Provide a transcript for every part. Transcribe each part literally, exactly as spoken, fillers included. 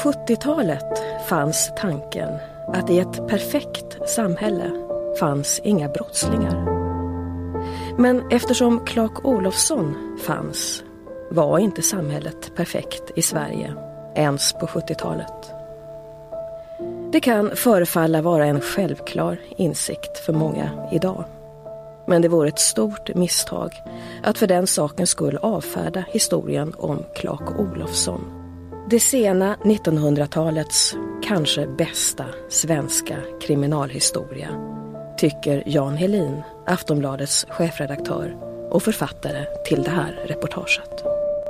sjuttiotalet fanns tanken att i ett perfekt samhälle fanns inga brottslingar. Men eftersom Clark Olofsson fanns var inte samhället perfekt i Sverige ens på sjuttiotalet. Det kan förefalla vara en självklar insikt för många idag. Men det vore ett stort misstag att för den saken skulle avfärda historien om Clark Olofsson. Det sena nittonhundratalets kanske bästa svenska kriminalhistoria, tycker Jan Helin, Aftonbladets chefredaktör och författare till det här reportaget.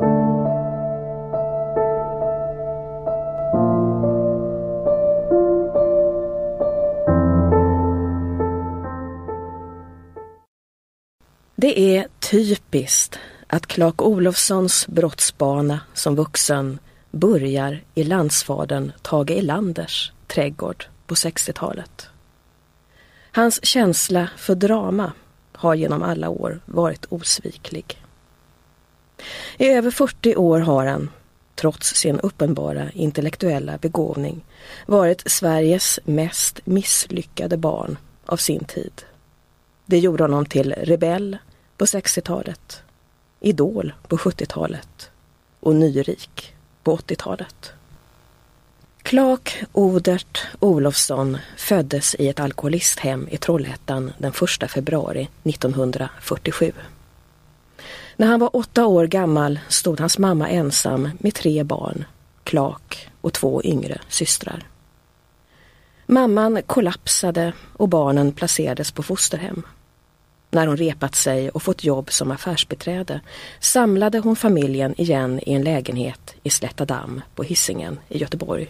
Det är typiskt att Clark Olofssons brottsbana som vuxen börjar i landsfadern Tage Erlanders trädgård på sextiotalet. Hans känsla för drama har genom alla år varit osviklig. I över fyrtio år har han, trots sin uppenbara intellektuella begåvning, varit Sveriges mest misslyckade barn av sin tid. Det gjorde honom till rebell på sextiotalet, idol på sjuttiotalet och nyrik på åttiotalet. Clark Odert Olofsson föddes i ett alkoholisthem i Trollhättan den första februari nittonhundrafyrtiosju. När han var åtta år gammal stod hans mamma ensam med tre barn, Clark och två yngre systrar. Mamman kollapsade och barnen placerades på fosterhem. När hon repat sig och fått jobb som affärsbiträde samlade hon familjen igen i en lägenhet i Slättadamm på Hisingen i Göteborg.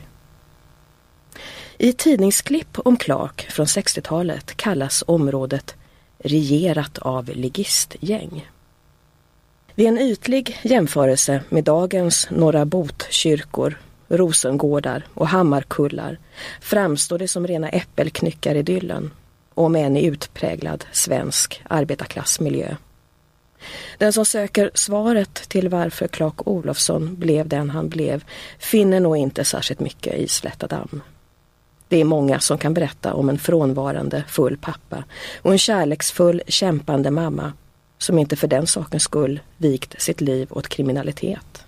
I tidningsklipp om Clark från sextiotalet kallas området regerat av ligistgäng. Vid en ytlig jämförelse med dagens Norra Botkyrkor, Rosengårdar och Hammarkullar framstår det som rena äppelknyckaridyllen, om än i utpräglad svensk arbetarklassmiljö. Den som söker svaret till varför Clark Olofsson blev den han blev finner nog inte särskilt mycket i Slättadamm. Det är många som kan berätta om en frånvarande full pappa och en kärleksfull kämpande mamma som inte för den sakens skull vikt sitt liv åt kriminalitet.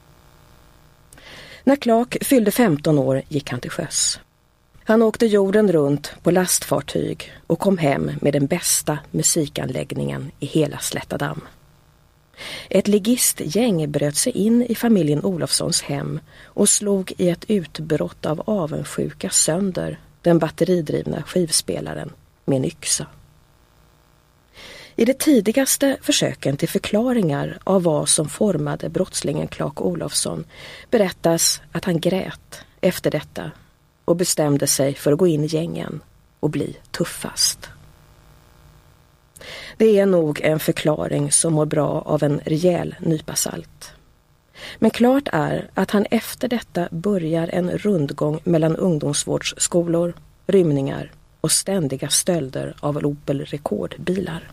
När Clark fyllde femton år gick han till sjöss. Han åkte jorden runt på lastfartyg och kom hem med den bästa musikanläggningen i hela Slättadamm. Ett ligistgäng bröt sig in i familjen Olofssons hem och slog i ett utbrott av avundsjuka sönder den batteridrivna skivspelaren med en yxa. I de tidigaste försöken till förklaringar av vad som formade brottslingen Clark Olofsson berättas att han grät efter detta och bestämde sig för att gå in i gängen och bli tuffast. Det är nog en förklaring som mår bra av en rejäl nypa salt. Men klart är att han efter detta börjar en rundgång mellan ungdomsvårdsskolor, rymningar och ständiga stölder av Opel rekordbilar.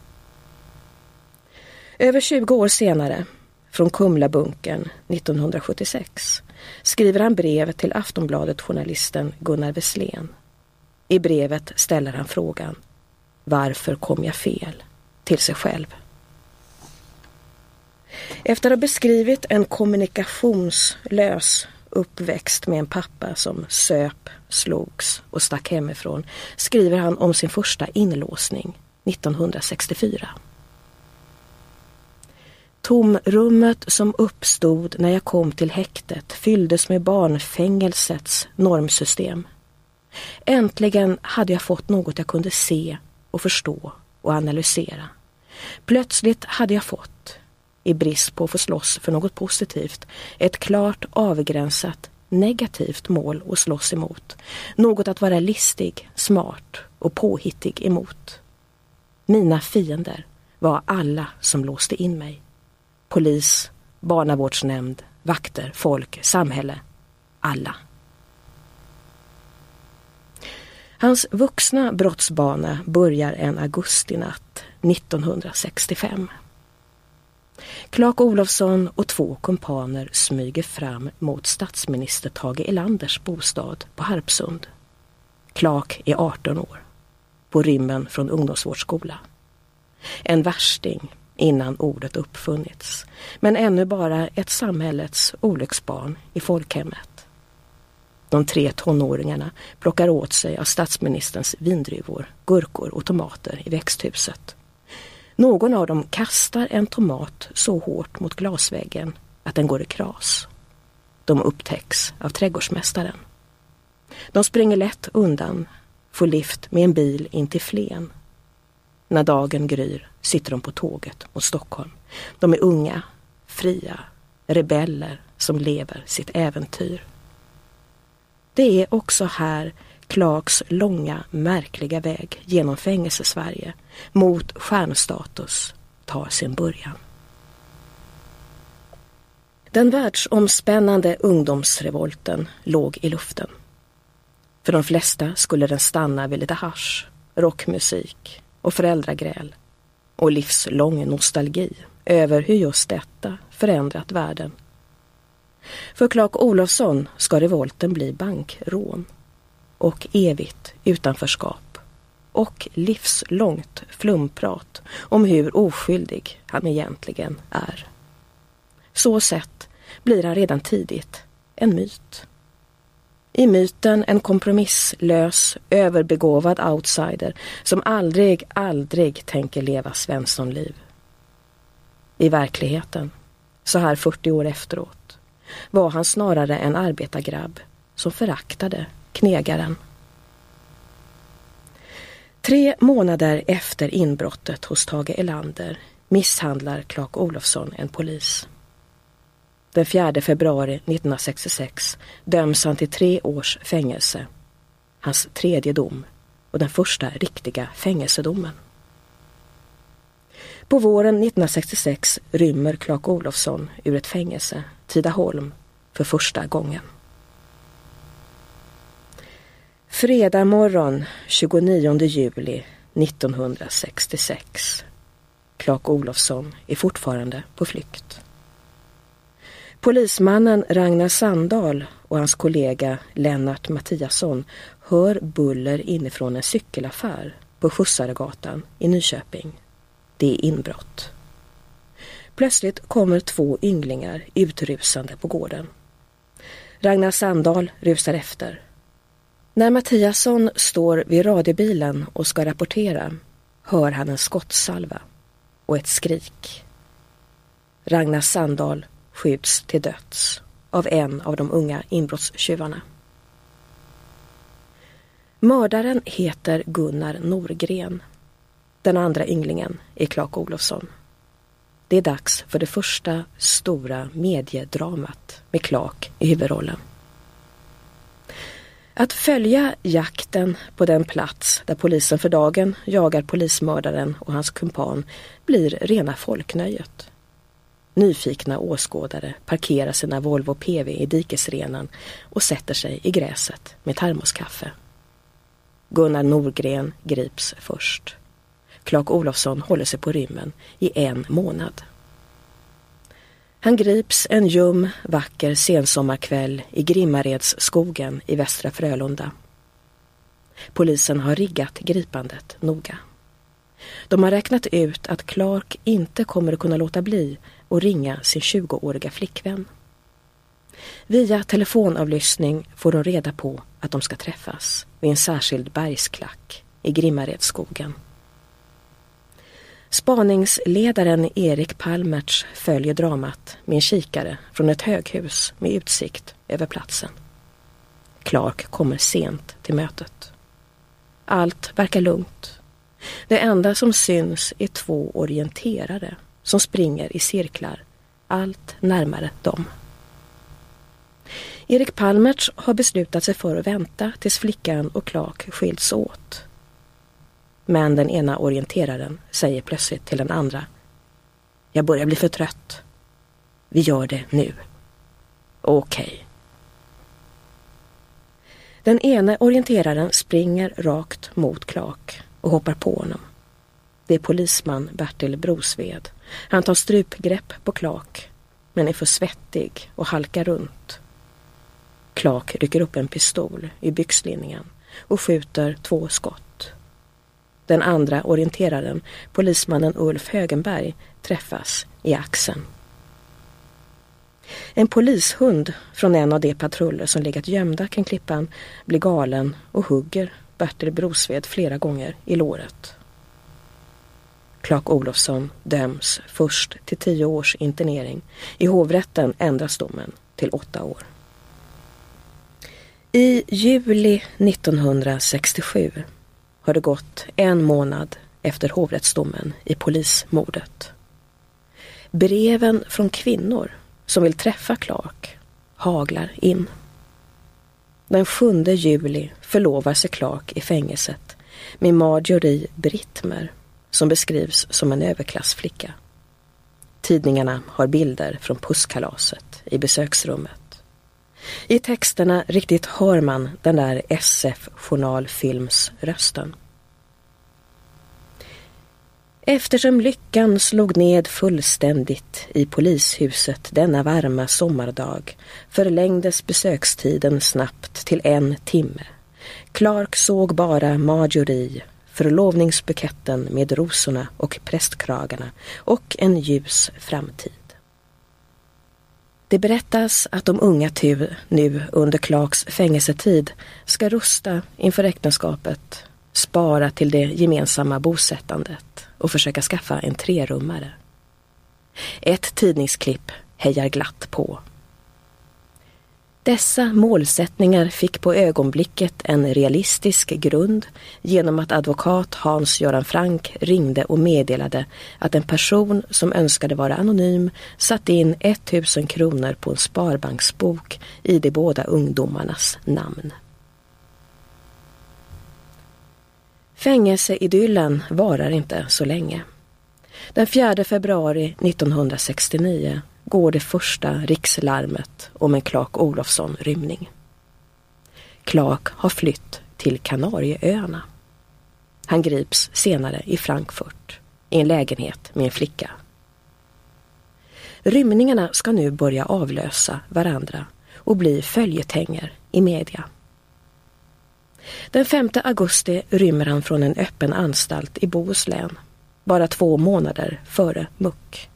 Över tjugo år senare, från Kumlabunkern nittonhundrasjuttiosex, skriver han brev till Aftonbladet-journalisten Gunnar Wesslén. I brevet ställer han frågan: varför kom jag fel? Till sig själv. Efter att ha beskrivit en kommunikationslös uppväxt med en pappa som söp, slogs och stack hemifrån skriver han om sin första inlåsning nittonhundrasextiofyra. Tomrummet som uppstod när jag kom till häktet fylldes med barnfängelsets normsystem. Äntligen hade jag fått något jag kunde se och förstå och analysera. Plötsligt hade jag fått, i brist på att få slåss för något positivt, ett klart avgränsat negativt mål att slåss emot. Något att vara listig, smart och påhittig emot. Mina fiender var alla som låste in mig. Polis, barnavårdsnämnd, vakter, folk, samhälle. Alla. Hans vuxna brottsbana börjar en augustinatt nittonhundrasextiofem. Clark Olofsson och två kumpaner smyger fram mot statsminister Tage Erlanders bostad på Harpsund. Clark är arton år, på rymmen från ungdomsvårdsskola. En värsting innan ordet uppfunnits, men ännu bara ett samhällets olycksbarn i folkhemmet. De tre tonåringarna plockar åt sig av statsministerns vindruvor, gurkor och tomater i växthuset. Någon av dem kastar en tomat så hårt mot glasväggen att den går i kras. De upptäcks av trädgårdsmästaren. De springer lätt undan, får lift med en bil in till Flen. När dagen gryr sitter de på tåget mot Stockholm. De är unga, fria, rebeller som lever sitt äventyr. Det är också här Clarks långa, märkliga väg genom fängelse-Sverige mot stjärnstatus tar sin början. Den världsomspännande ungdomsrevolten låg i luften. För de flesta skulle den stanna vid lite hasch, rockmusik och föräldragräl och livslång nostalgi över hur just detta förändrat världen. För Clark Olofsson ska revolten bli bankrån och evigt utanförskap och livslångt flumprat om hur oskyldig han egentligen är. Så sett blir han redan tidigt en myt. I myten en kompromisslös, överbegåvad outsider som aldrig, aldrig tänker leva Svenssonliv. I verkligheten, så här fyrtio år efteråt, var han snarare en arbetargrabb som föraktade knegaren. Tre månader efter inbrottet hos Tage Erlander misshandlar Clark Olofsson en polis. Den fjärde februari nittonhundrasextiosex döms han till tre års fängelse. Hans tredje dom och den första riktiga fängelsedomen. På våren nittonhundrasextiosex rymmer Clark Olofsson ur ett fängelse, Tidaholm, för första gången. Fredag morgon tjugonionde juli nittonhundrasextiosex. Clark Olofsson är fortfarande på flykt. Polismannen Ragnar Sandahl och hans kollega Lennart Mattiasson hör buller inifrån en cykelaffär på Skjutsaregatan i Nyköping. Det är inbrott. Plötsligt kommer två ynglingar utrusande på gården. Ragnar Sandahl rusar efter. När Mattiasson står vid radiobilen och ska rapportera hör han en skottsalva och ett skrik. Ragnar Sandahl skjuts till döds av en av de unga inbrottstjuvarna. Mördaren heter Gunnar Norgren. Den andra ynglingen är Clark Olofsson. Det är dags för det första stora mediedramat med Clark i huvudrollen. Att följa jakten på den plats där polisen för dagen jagar polismördaren och hans kumpan blir rena folknöjet. Nyfikna åskådare parkerar sina Volvo P V i dikesrenen och sätter sig i gräset med termoskaffe. Gunnar Norgren grips först. Clark Olofsson håller sig på rymmen i en månad. Han grips en ljum, vacker sensommarkväll i Grimmaredsskogen i Västra Frölunda. Polisen har riggat gripandet noga. De har räknat ut att Clark inte kommer att kunna låta bli att ringa sin tjugoåriga flickvän. Via telefonavlyssning får de reda på att de ska träffas vid en särskild bergsklack i Grimmaredsskogen. Spaningsledaren Erik Palmertz följer dramat med en kikare från ett höghus med utsikt över platsen. Clark kommer sent till mötet. Allt verkar lugnt. Det enda som syns är två orienterare som springer i cirklar allt närmare dem. Erik Palmertz har beslutat sig för att vänta tills flickan och Clark skiljs åt. Men den ena orienteraren säger plötsligt till den andra: jag börjar bli för trött. Vi gör det nu. Okej. Okay. Den ena orienteraren springer rakt mot Clark och hoppar på honom. Det är polisman Bertil Brosved. Han tar strypgrepp på Clark, men är för svettig och halkar runt. Clark rycker upp en pistol i byxlinningen och skjuter två skott. Den andra orienteraren, polismannen Ulf Högenberg, träffas i axeln. En polishund från en av de patruller som legat gömda kring klippan blir galen och hugger Bertil Brosved flera gånger i låret. Clark Olofsson döms först till tio års internering. I hovrätten ändras domen till åtta år. I juli nittonhundrasextiosju har det gått en månad efter hovrättsdomen i polismordet. Breven från kvinnor som vill träffa Clark haglar in. Den sjunde juli förlovar sig Clark i fängelset med Marjorie Brittmer, som beskrivs som en överklassflicka. Tidningarna har bilder från pusskalaset i besöksrummet. I texterna riktigt hör man den där S F-journalfilms-rösten. Eftersom lyckan slog ned fullständigt i polishuset denna varma sommardag förlängdes besökstiden snabbt till en timme. Clark såg bara Marjorie, förlovningsbuketten med rosorna och prästkragarna och en ljus framtid. Det berättas att de unga tu nu under Clarks fängelsetid ska rusta inför äktenskapet, spara till det gemensamma bosättandet och försöka skaffa en trerummare. Ett tidningsklipp hejar glatt på. Dessa målsättningar fick på ögonblicket en realistisk grund genom att advokat Hans-Göran Frank ringde och meddelade att en person som önskade vara anonym satt in tusen kronor på en sparbanksbok i de båda ungdomarnas namn. Fängelseidyllen varar inte så länge. Den fjärde februari nittonhundrasextionio går det första rikslarmet om en Clark Olofsson-rymning. Clark har flytt till Kanarieöarna. Han grips senare i Frankfurt i en lägenhet med en flicka. Rymningarna ska nu börja avlösa varandra och bli följetänger i media. Den femte augusti rymmer han från en öppen anstalt i Bohuslän, bara två månader före muck.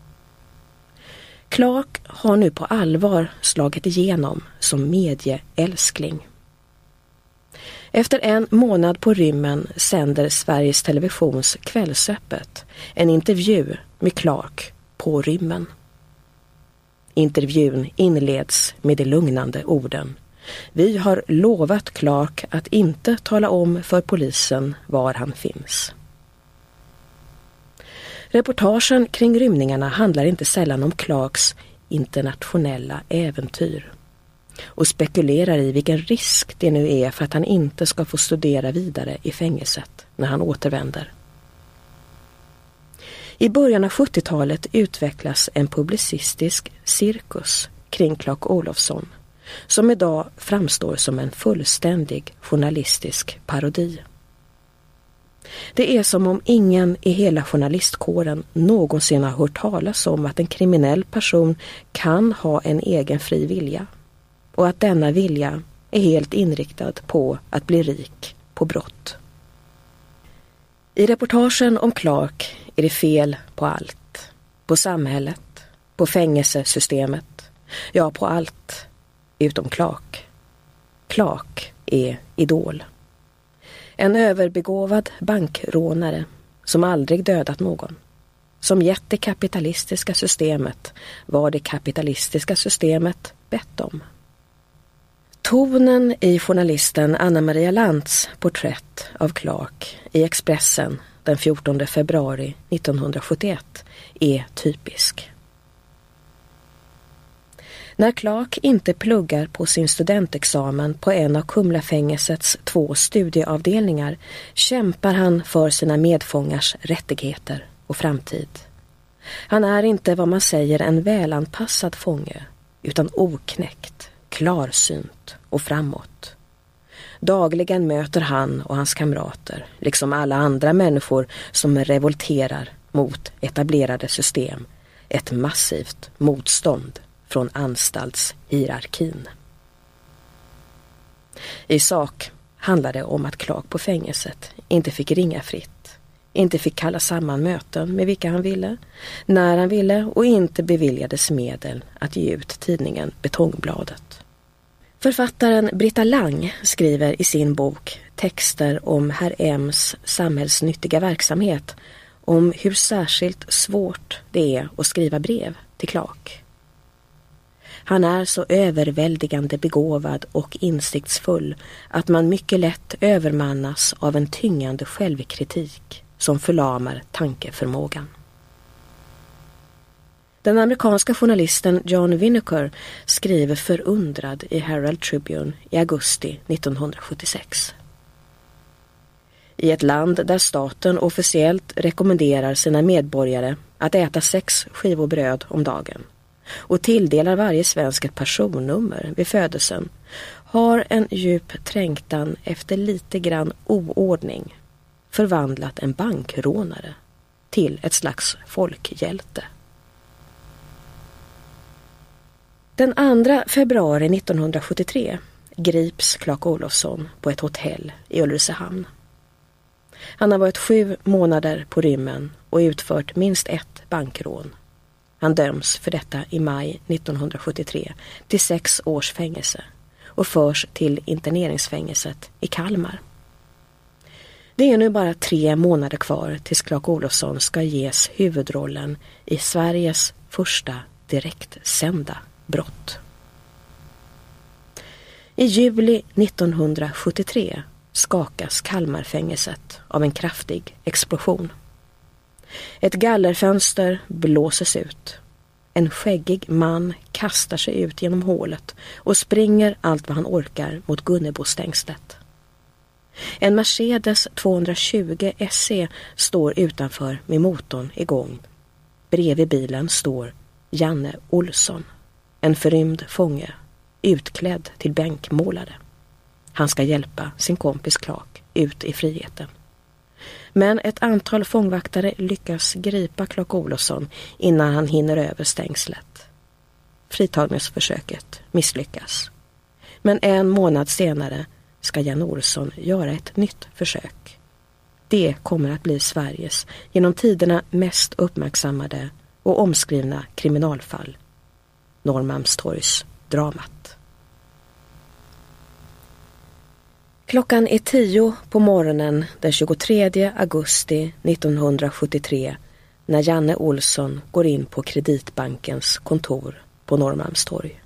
Clark har nu på allvar slagit igenom som medieälskling. Efter en månad på rymmen sänder Sveriges Televisions Kvällsöppet en intervju med Clark på rymmen. Intervjun inleds med de lugnande orden: Vi har lovat Clark att inte tala om för polisen var han finns. Reportagen kring rymningarna handlar inte sällan om Clarks internationella äventyr och spekulerar i vilken risk det nu är för att han inte ska få studera vidare i fängelset när han återvänder. I början av sjuttiotalet utvecklas en publicistisk cirkus kring Clark Olofsson som idag framstår som en fullständig journalistisk parodi. Det är som om ingen i hela journalistkåren någonsin har hört talas om att en kriminell person kan ha en egen fri vilja och att denna vilja är helt inriktad på att bli rik på brott. I reportagen om Clark är det fel på allt. På samhället, på fängelsesystemet, ja på allt utom Clark. Clark är idol. En överbegåvad bankrånare som aldrig dödat någon. Som gett det kapitalistiska systemet vad det kapitalistiska systemet bett om. Tonen i journalisten Anna-Maria Lantz porträtt av Clark i Expressen den fjortonde februari nittonhundrasjuttioett är typisk. När Clark inte pluggar på sin studentexamen på en av Kumlafängelsets två studieavdelningar kämpar han för sina medfångars rättigheter och framtid. Han är inte vad man säger en välanpassad fånge utan oknäckt, klarsynt och framåt. Dagligen möter han och hans kamrater, liksom alla andra människor som revolterar mot etablerade system, ett massivt motstånd från anstaltshierarkin. I sak handlade det om att Clark på fängelset inte fick ringa fritt, inte fick kalla samman möten med vilka han ville, när han ville och inte beviljades medel att ge ut tidningen Betongbladet. Författaren Britta Lang skriver i sin bok texter om herr M:s samhällsnyttiga verksamhet om hur särskilt svårt det är att skriva brev till Clark. Han är så överväldigande begåvad och insiktsfull att man mycket lätt övermannas av en tyngande självkritik som förlamar tankeförmågan. Den amerikanska journalisten John Winokur skriver förundrad i Herald Tribune i augusti nittonhundrasjuttiosex. I ett land där staten officiellt rekommenderar sina medborgare att äta sex skivor bröd om dagen och tilldelar varje svensk ett personnummer vid födelsen, har en djup trängtan efter lite grann oordning förvandlat en bankrånare till ett slags folkhjälte. Den andra februari nittonhundrasjuttiotre grips Clark Olofsson på ett hotell i Ulricehamn. Han har varit sju månader på rymmen och utfört minst ett bankrån. Han döms för detta i maj nittonhundrasjuttiotre till sex års fängelse och förs till interneringsfängelset i Kalmar. Det är nu bara tre månader kvar tills Clark Olofsson ska ges huvudrollen i Sveriges första direktsända brott. I juli nittonhundrasjuttiotre skakas Kalmarfängelset av en kraftig explosion. Ett gallerfönster blåses ut. En skäggig man kastar sig ut genom hålet och springer allt vad han orkar mot Gunnebostängslet. En Mercedes tvåhundratjugo S E står utanför med motorn igång. Bredvid bilen står Janne Olsson, en förrymd fånge, utklädd till bänkmålare. Han ska hjälpa sin kompis Clark ut i friheten. Men ett antal fångvaktare lyckas gripa Clark Olofsson innan han hinner över stängslet. Fritagningsförsöket misslyckas. Men en månad senare ska Janne Olsson göra ett nytt försök. Det kommer att bli Sveriges genom tiderna mest uppmärksammade och omskrivna kriminalfall. Norrmalmstorgs dramat. Klockan är tio på morgonen den tjugotredje augusti nittonhundrasjuttiotre när Janne Olsson går in på Kreditbankens kontor på Norrmalmstorg.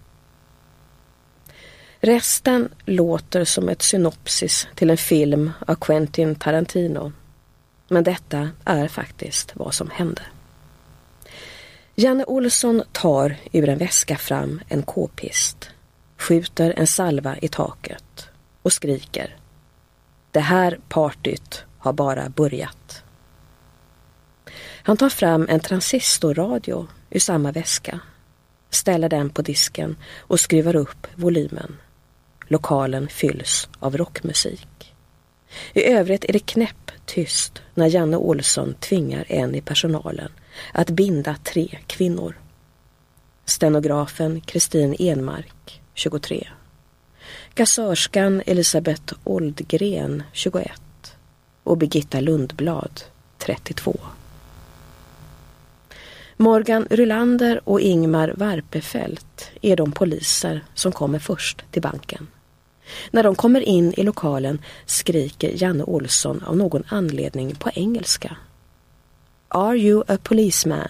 Resten låter som ett synopsis till en film av Quentin Tarantino. Men detta är faktiskt vad som hände. Janne Olsson tar ur en väska fram en k-pist, skjuter en salva i taket och skriker: "Det här partyt har bara börjat." Han tar fram en transistorradio ur samma väska, ställer den på disken och skruvar upp volymen. Lokalen fylls av rockmusik. I övrigt är det knäpp tyst när Janne Olsson tvingar en i personalen att binda tre kvinnor. Stenografen Kristin Enmark, tjugotre. Kassörskan Elisabeth Oldgren, tjugoett. Och Birgitta Lundblad, trettiotvå. Morgan Rylander och Ingmar Varpefelt är de poliser som kommer först till banken. När de kommer in i lokalen skriker Janne Olsson av någon anledning på engelska: "Are you a policeman?"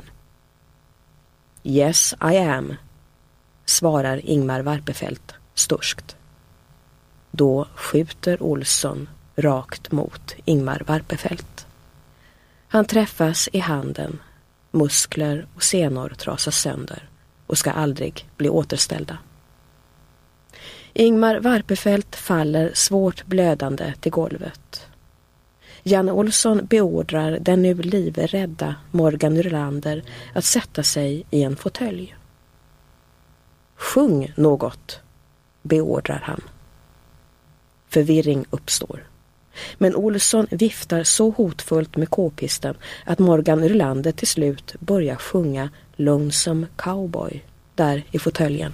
"Yes, I am", svarar Ingmar Varpefelt sturskt. Då skjuter Olsson rakt mot Ingmar Varpefelt. Han träffas i handen, muskler och senor trasas sönder och ska aldrig bli återställda. Ingmar Varpefelt faller svårt blödande till golvet. Janne Olsson beordrar den nu livrädda Morgan Rylander att sätta sig i en fåtölj. "Sjung något", beordrar han. Förvirring uppstår. Men Olsson viftar så hotfullt med k-pisten att Morgan Rylander till slut börjar sjunga Lonesome Cowboy där i fåtöljen.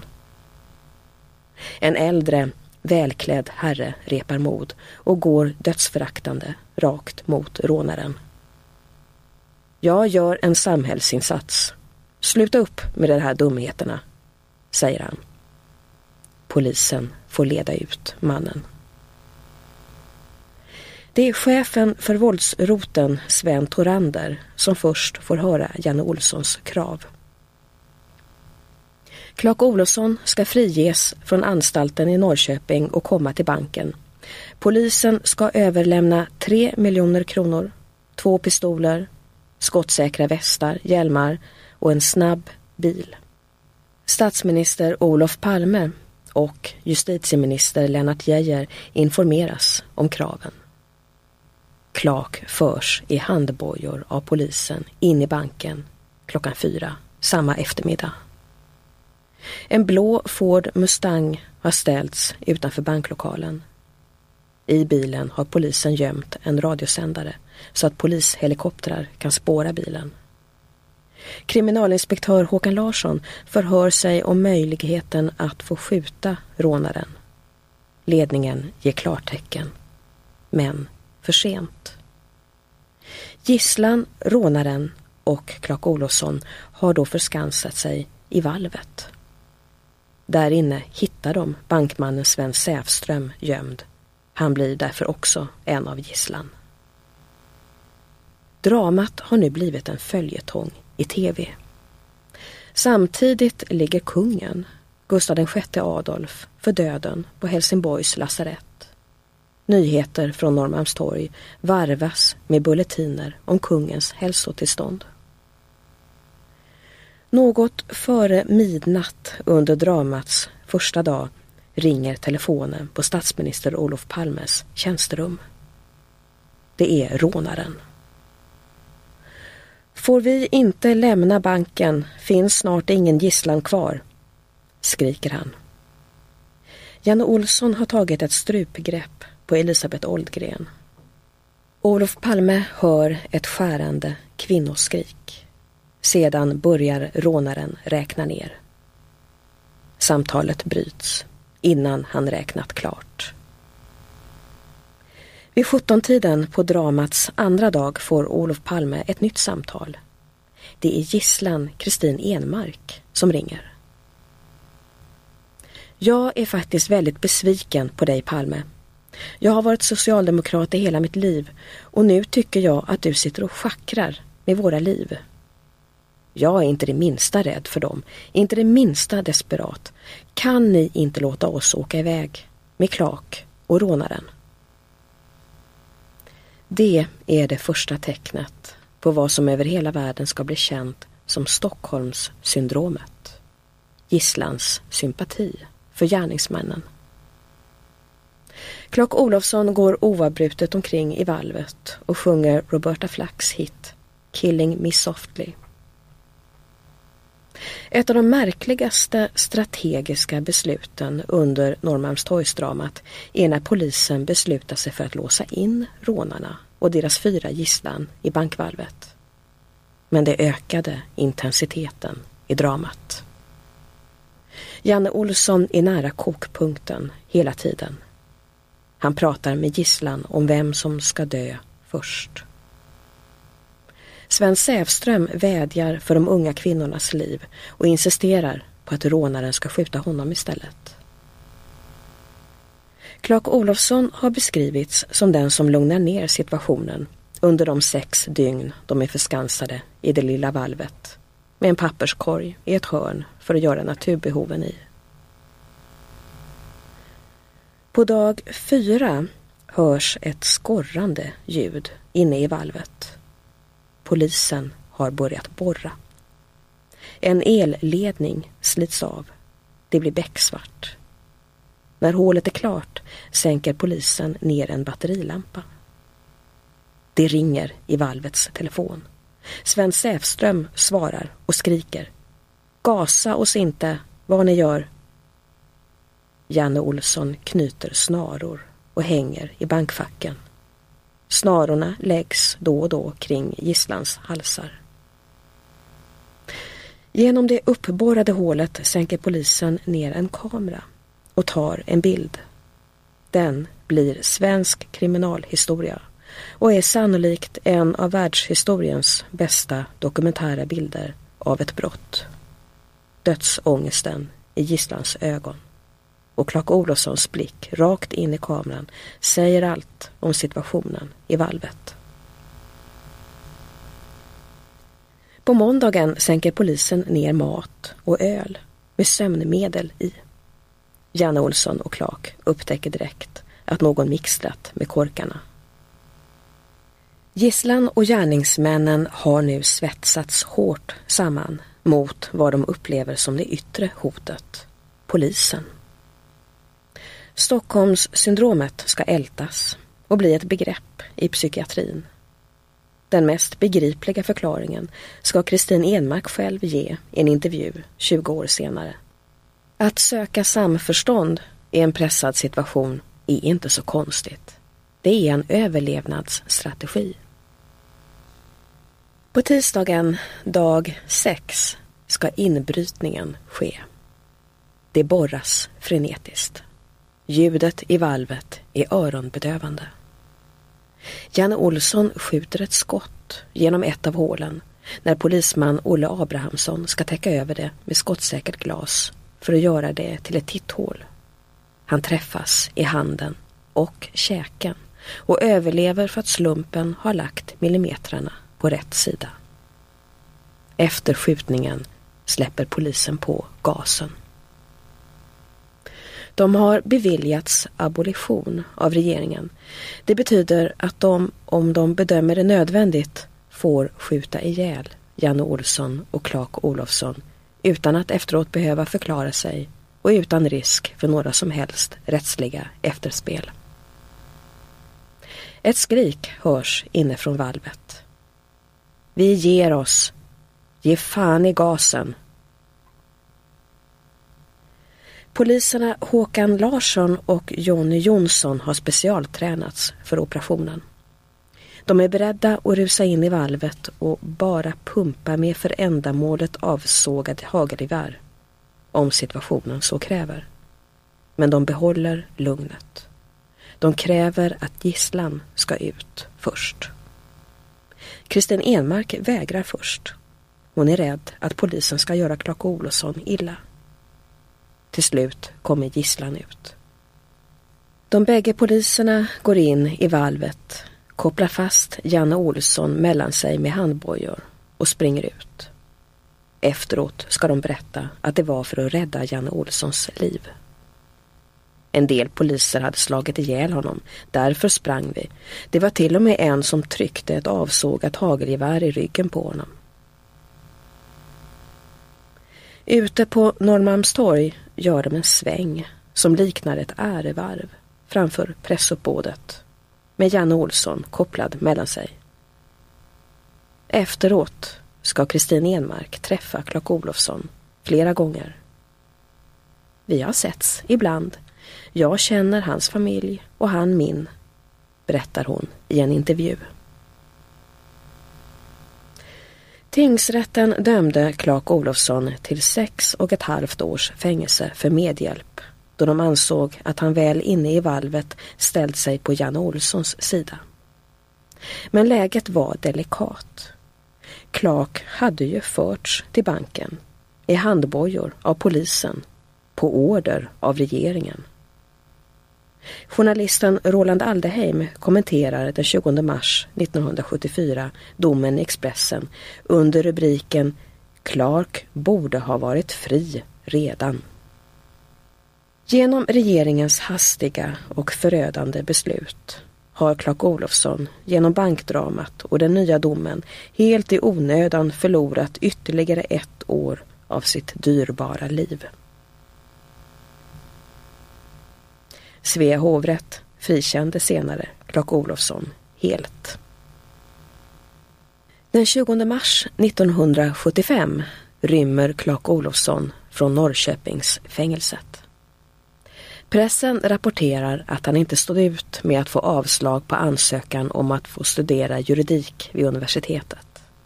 En äldre, välklädd herre repar mod och går dödsföraktande rakt mot rånaren. Jag gör en samhällsinsats. Sluta upp med de här dumheterna, säger han. Polisen får leda ut mannen. Det är chefen för våldsroten Sven Torander som först får höra Janne Olssons krav. Clark Olofsson ska friges från anstalten i Norrköping och komma till banken. Polisen ska överlämna tre miljoner kronor, två pistoler, skottsäkra västar, hjälmar och en snabb bil. Statsminister Olof Palme och justitieminister Lennart Geijer informeras om kraven. Clark förs i handbojor av polisen in i banken klockan fyra samma eftermiddag. En blå Ford Mustang har ställts utanför banklokalen. I bilen har polisen gömt en radiosändare så att polishelikoptrar kan spåra bilen. Kriminalinspektör Håkan Larsson förhör sig om möjligheten att få skjuta rånaren. Ledningen ger klartecken, men för sent. Gisslan, rånaren och Clark Olofsson har då förskansat sig i valvet. Där inne hittar de bankmannen Sven Säfström gömd. Han blir därför också en av gisslan. Dramat har nu blivit en följetong i tv. Samtidigt ligger kungen, Gustav den sjätte Adolf, för döden på Helsingborgs lasarett. Nyheter från Norrmalmstorg varvas med bulletiner om kungens hälsotillstånd. Något före midnatt under dramats första dag ringer telefonen på statsminister Olof Palmes tjänsterum. Det är rånaren. Får vi inte lämna banken finns snart ingen gisslan kvar, skriker han. Janne Olsson har tagit ett strupgrepp på Elisabeth Oldgren. Olof Palme hör ett skärande kvinnoskrik. Sedan börjar rånaren räkna ner. Samtalet bryts innan han räknat klart. Vid sjutton-tiden på dramats andra dag får Olof Palme ett nytt samtal. Det är gisslan Kristin Enmark som ringer. Jag är faktiskt väldigt besviken på dig, Palme. Jag har varit socialdemokrat i hela mitt liv och nu tycker jag att du sitter och schackrar med våra liv. Jag är inte det minsta rädd för dem, inte det minsta desperat. Kan ni inte låta oss åka iväg med Clark och rånaren? Det är det första tecknet på vad som över hela världen ska bli känt som Stockholmssyndromet. Gisslans sympati för gärningsmännen. Clark Olofsson går oavbrutet omkring i valvet och sjunger Roberta Flacks hit Killing Me Softly. Ett av de märkligaste strategiska besluten under Norrmalmstorgsdramat är när polisen beslutar sig för att låsa in rånarna och deras fyra gisslan i bankvalvet. Men det ökade intensiteten i dramat. Janne Olsson är nära kokpunkten hela tiden. Han pratar med gisslan om vem som ska dö först. Sven Säfström vädjar för de unga kvinnornas liv och insisterar på att rånaren ska skjuta honom istället. Clark Olofsson har beskrivits som den som lugnar ner situationen under de sex dygn de är förskansade i det lilla valvet med en papperskorg i ett hörn för att göra naturbehoven i. På dag fyra hörs ett skorrande ljud inne i valvet. Polisen har börjat borra. En elledning slits av. Det blir becksvart. När hålet är klart sänker polisen ner en batterilampa. Det ringer i valvets telefon. Sven Säfström svarar och skriker. Gasa oss inte, vad ni gör. Janne Olsson knyter snaror och hänger i bankfacken. Snarorna läggs då och då kring gisslans halsar. Genom det uppborrade hålet sänker polisen ner en kamera och tar en bild. Den blir svensk kriminalhistoria och är sannolikt en av världshistoriens bästa dokumentära bilder av ett brott. Dödsångesten i gisslans ögon och Clark Olofssons blick rakt in i kameran säger allt om situationen i valvet. På måndagen sänker polisen ner mat och öl med sömnmedel i. Janne Olsson och Clark upptäcker direkt att någon mixtrat med korkarna. Gisslan och gärningsmännen har nu svetsats hårt samman mot vad de upplever som det yttre hotet, polisen. Stockholmssyndromet ska ältas och bli ett begrepp i psykiatrin. Den mest begripliga förklaringen ska Kristin Enmark själv ge i en intervju tjugo år senare. Att söka samförstånd i en pressad situation är inte så konstigt. Det är en överlevnadsstrategi. På tisdagen, dag sex, ska inbrytningen ske. Det borras frenetiskt. Ljudet i valvet är öronbedövande. Janne Olsson skjuter ett skott genom ett av hålen när polisman Olle Abrahamsson ska täcka över det med skottsäkert glas för att göra det till ett titthål. Han träffas i handen och käken och överlever för att slumpen har lagt millimetrarna på rätt sida. Efter skjutningen släpper polisen på gasen. De har beviljats abolition av regeringen. Det betyder att de, om de bedömer det nödvändigt, får skjuta ihjäl Janne Olsson och Clark Olofsson utan att efteråt behöva förklara sig och utan risk för några som helst rättsliga efterspel. Ett skrik hörs inne från valvet. Vi ger oss. Ge fan i gasen. Poliserna Håkan Larsson och Jonny Jonsson har specialtränats för operationen. De är beredda att rusa in i valvet och bara pumpa med för ändamålet avsågade hagelgevär, om situationen så kräver. Men de behåller lugnet. De kräver att gisslan ska ut först. Kristin Enmark vägrar först. Hon är rädd att polisen ska göra Clark Olofsson illa. Till slut kommer gisslan ut. De bägge poliserna går in i valvet, kopplar fast Janne Olsson mellan sig med handbojor och springer ut. Efteråt ska de berätta att det var för att rädda Janne Olssons liv. En del poliser hade slagit ihjäl honom, därför sprang vi. Det var till och med en som tryckte ett avsågat hagelgevär i ryggen på honom. Ute på Norrmalmstorg gör de en sväng som liknar ett ärevarv framför pressuppbådet med Janne Olsson kopplad mellan sig. Efteråt ska Kristin Enmark träffa Clark Olofsson flera gånger. Vi har setts ibland. Jag känner hans familj och han min, berättar hon i en intervju. Tingsrätten dömde Clark Olofsson till sex och ett halvt års fängelse för medhjälp, då de ansåg att han väl inne i valvet ställt sig på Janne Olssons sida. Men läget var delikat. Clark hade ju förts till banken i handbojor av polisen på order av regeringen. Journalisten Roland Aldeheim kommenterar den tjugonde mars nittonhundrasjuttiofyra domen i Expressen under rubriken Clark borde ha varit fri redan. Genom regeringens hastiga och förödande beslut har Clark Olofsson genom bankdramat och den nya domen helt i onödan förlorat ytterligare ett år av sitt dyrbara liv. Svea hovrätt frikände senare Clark Olofsson helt. Den tjugonde mars nittonhundrasjuttiofem rymmer Clark Olofsson från Norrköpingsfängelset. Pressen rapporterar att han inte stod ut med att få avslag på ansökan om att få studera juridik vid universitetet.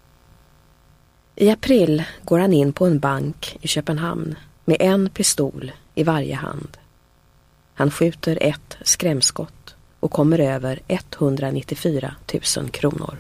I april går han in på en bank i Köpenhamn med en pistol i varje hand. Han skjuter ett skrämskott och kommer över etthundranittiofyra tusen kronor.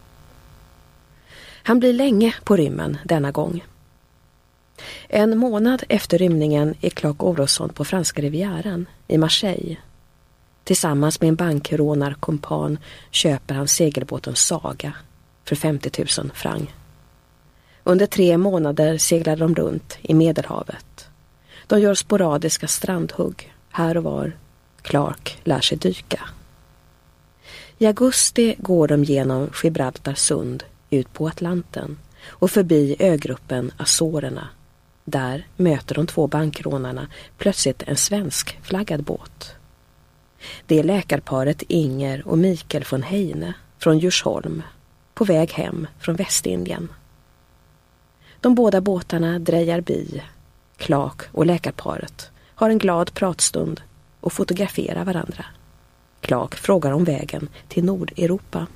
Han blir länge på rymmen denna gång. En månad efter rymningen är Clark Olofsson på franska rivieran i Marseille. Tillsammans med en bankrånarkompan köper han segelbåten Saga för femtio tusen franc. Under tre månader seglar de runt i Medelhavet. De gör sporadiska strandhugg här och var. Clark lär sig dyka. I augusti går de genom Gibraltar sund ut på Atlanten och förbi ögruppen Azorerna. Där möter de två bankrånarna plötsligt en svensk flaggad båt. Det är läkarparet Inger och Mikael von Heine från Djursholm på väg hem från Västindien. De båda båtarna drejar bi. Clark och läkarparet har en glad pratstund och fotograferar varandra. Clark frågar om vägen till Nordeuropa.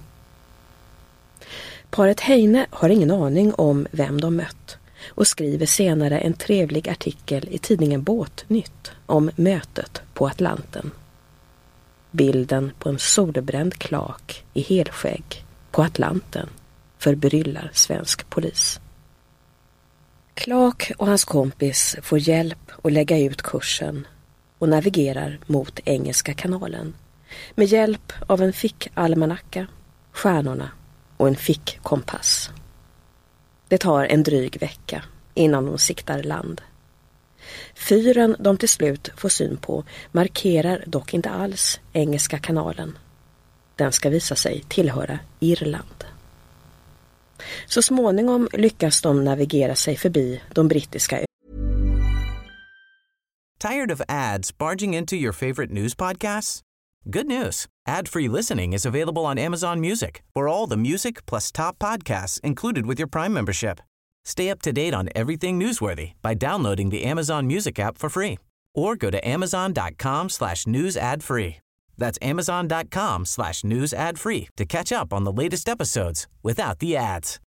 Paret Heine har ingen aning om vem de mött och skriver senare en trevlig artikel i tidningen Båtnytt om mötet på Atlanten. Bilden på en solbränd Clark i helskägg på Atlanten förbryllar svensk polis. Clark och hans kompis får hjälp att lägga ut kursen och navigerar mot Engelska kanalen med hjälp av en fickalmanacka, stjärnorna och en fickkompass. Det tar en dryg vecka innan de siktar land. Fyren de till slut får syn på markerar dock inte alls Engelska kanalen. Den ska visa sig tillhöra Irland. Så småningom lyckas de navigera sig förbi de brittiska öarna. Tired of ads barging into your favorite news podcasts? Good news. Ad-free listening is available on Amazon Music for all the music plus top podcasts included with your Prime membership. Stay up to date on everything newsworthy by downloading the Amazon Music app for free or go to amazon.com slash news ad free. That's amazon.com slash news ad free to catch up on the latest episodes without the ads.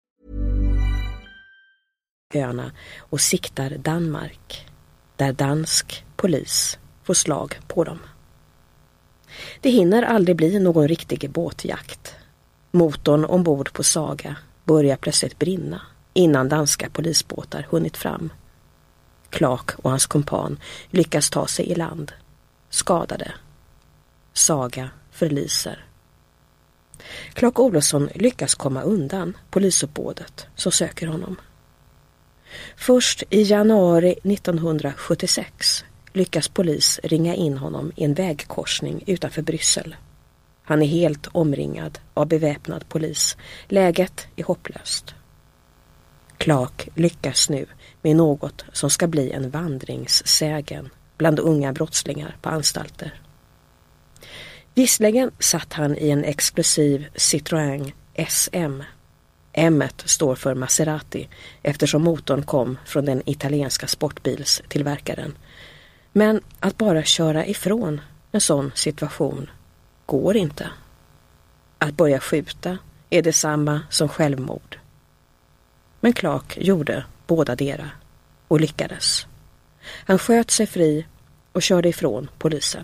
Öarna och siktar Danmark, där dansk polis får slag på dem. Det hinner aldrig bli någon riktig båtjakt. Motorn ombord på Saga börjar plötsligt brinna innan danska polisbåtar hunnit fram. Clark och hans kompan lyckas ta sig i land, skadade. Saga förliser. Clark Olofsson lyckas komma undan polisuppbådet som söker honom. Först i januari nittonhundrasjuttiosex lyckas polis ringa in honom i en vägkorsning utanför Bryssel. Han är helt omringad av beväpnad polis. Läget är hopplöst. Clark lyckas nu med något som ska bli en vandringssägen bland unga brottslingar på anstalter. Visserligen satt han i en exklusiv Citroën S M. M står för Maserati eftersom motorn kom från den italienska sportbilstillverkaren. Men att bara köra ifrån en sån situation går inte. Att börja skjuta är detsamma som självmord. Men Clark gjorde båda dera och lyckades. Han sköt sig fri och körde ifrån polisen.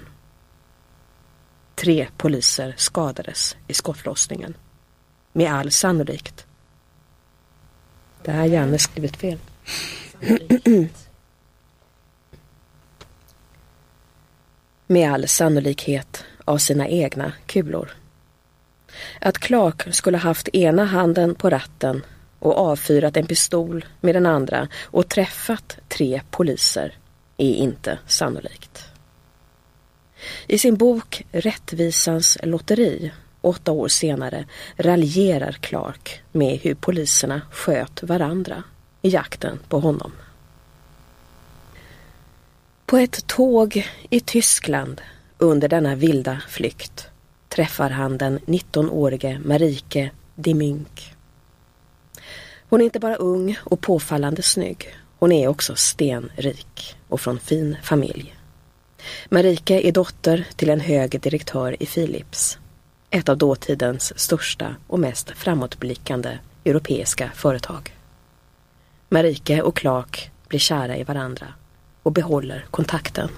Tre poliser skadades i skottlossningen. Med all sannolikhet. Det här har Janne skrivit fel. Med all sannolikhet av sina egna kulor. Att Clark skulle haft ena handen på ratten och avfyrat en pistol med den andra och träffat tre poliser är inte sannolikt. I sin bok Rättvisans lotteri, åtta år senare, raljerar Clark med hur poliserna sköt varandra i jakten på honom. På ett tåg i Tyskland under denna vilda flykt träffar han den nittonårige Marike de Munk. Hon är inte bara ung och påfallande snygg, hon är också stenrik och från fin familj. Marike är dotter till en hög direktör i Philips, ett av dåtidens största och mest framåtblickande europeiska företag. Marike och Clark blir kära i varandra och behåller kontakten.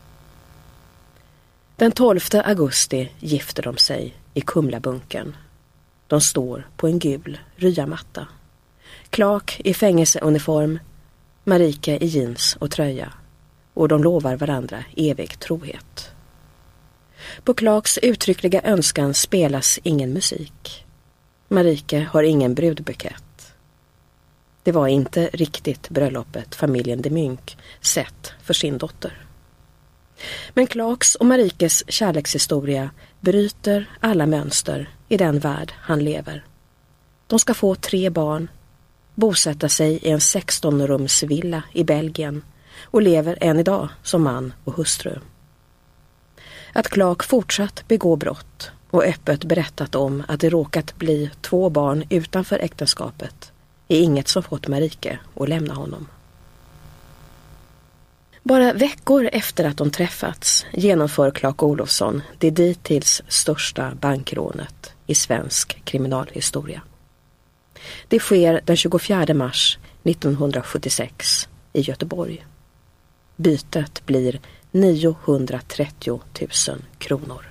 Den tolfte augusti gifter de sig i Kumlabunken. De står på en gul ryamatta. Clark i fängelseuniform, Marike i jeans och tröja, och de lovar varandra evig trohet. På Clarks uttryckliga önskan spelas ingen musik. Marike har ingen brudbukett. Det var inte riktigt bröllopet familjen de Munk sett för sin dotter. Men Clarks och Marikes kärlekshistoria bryter alla mönster i den värld han lever. De ska få tre barn, bosätta sig i en sexton-rumsvilla i Belgien och lever än idag som man och hustru. Att Clark fortsatt begå brott och öppet berättat om att det råkat bli två barn utanför äktenskapet är inget som fått Marike att lämna honom. Bara veckor efter att de träffats genomför Clark Olofsson det dittills största bankrånet i svensk kriminalhistoria. Det sker den tjugofjärde mars nittonhundrasjuttiosex i Göteborg. Bytet blir niohundratrettio tusen kronor.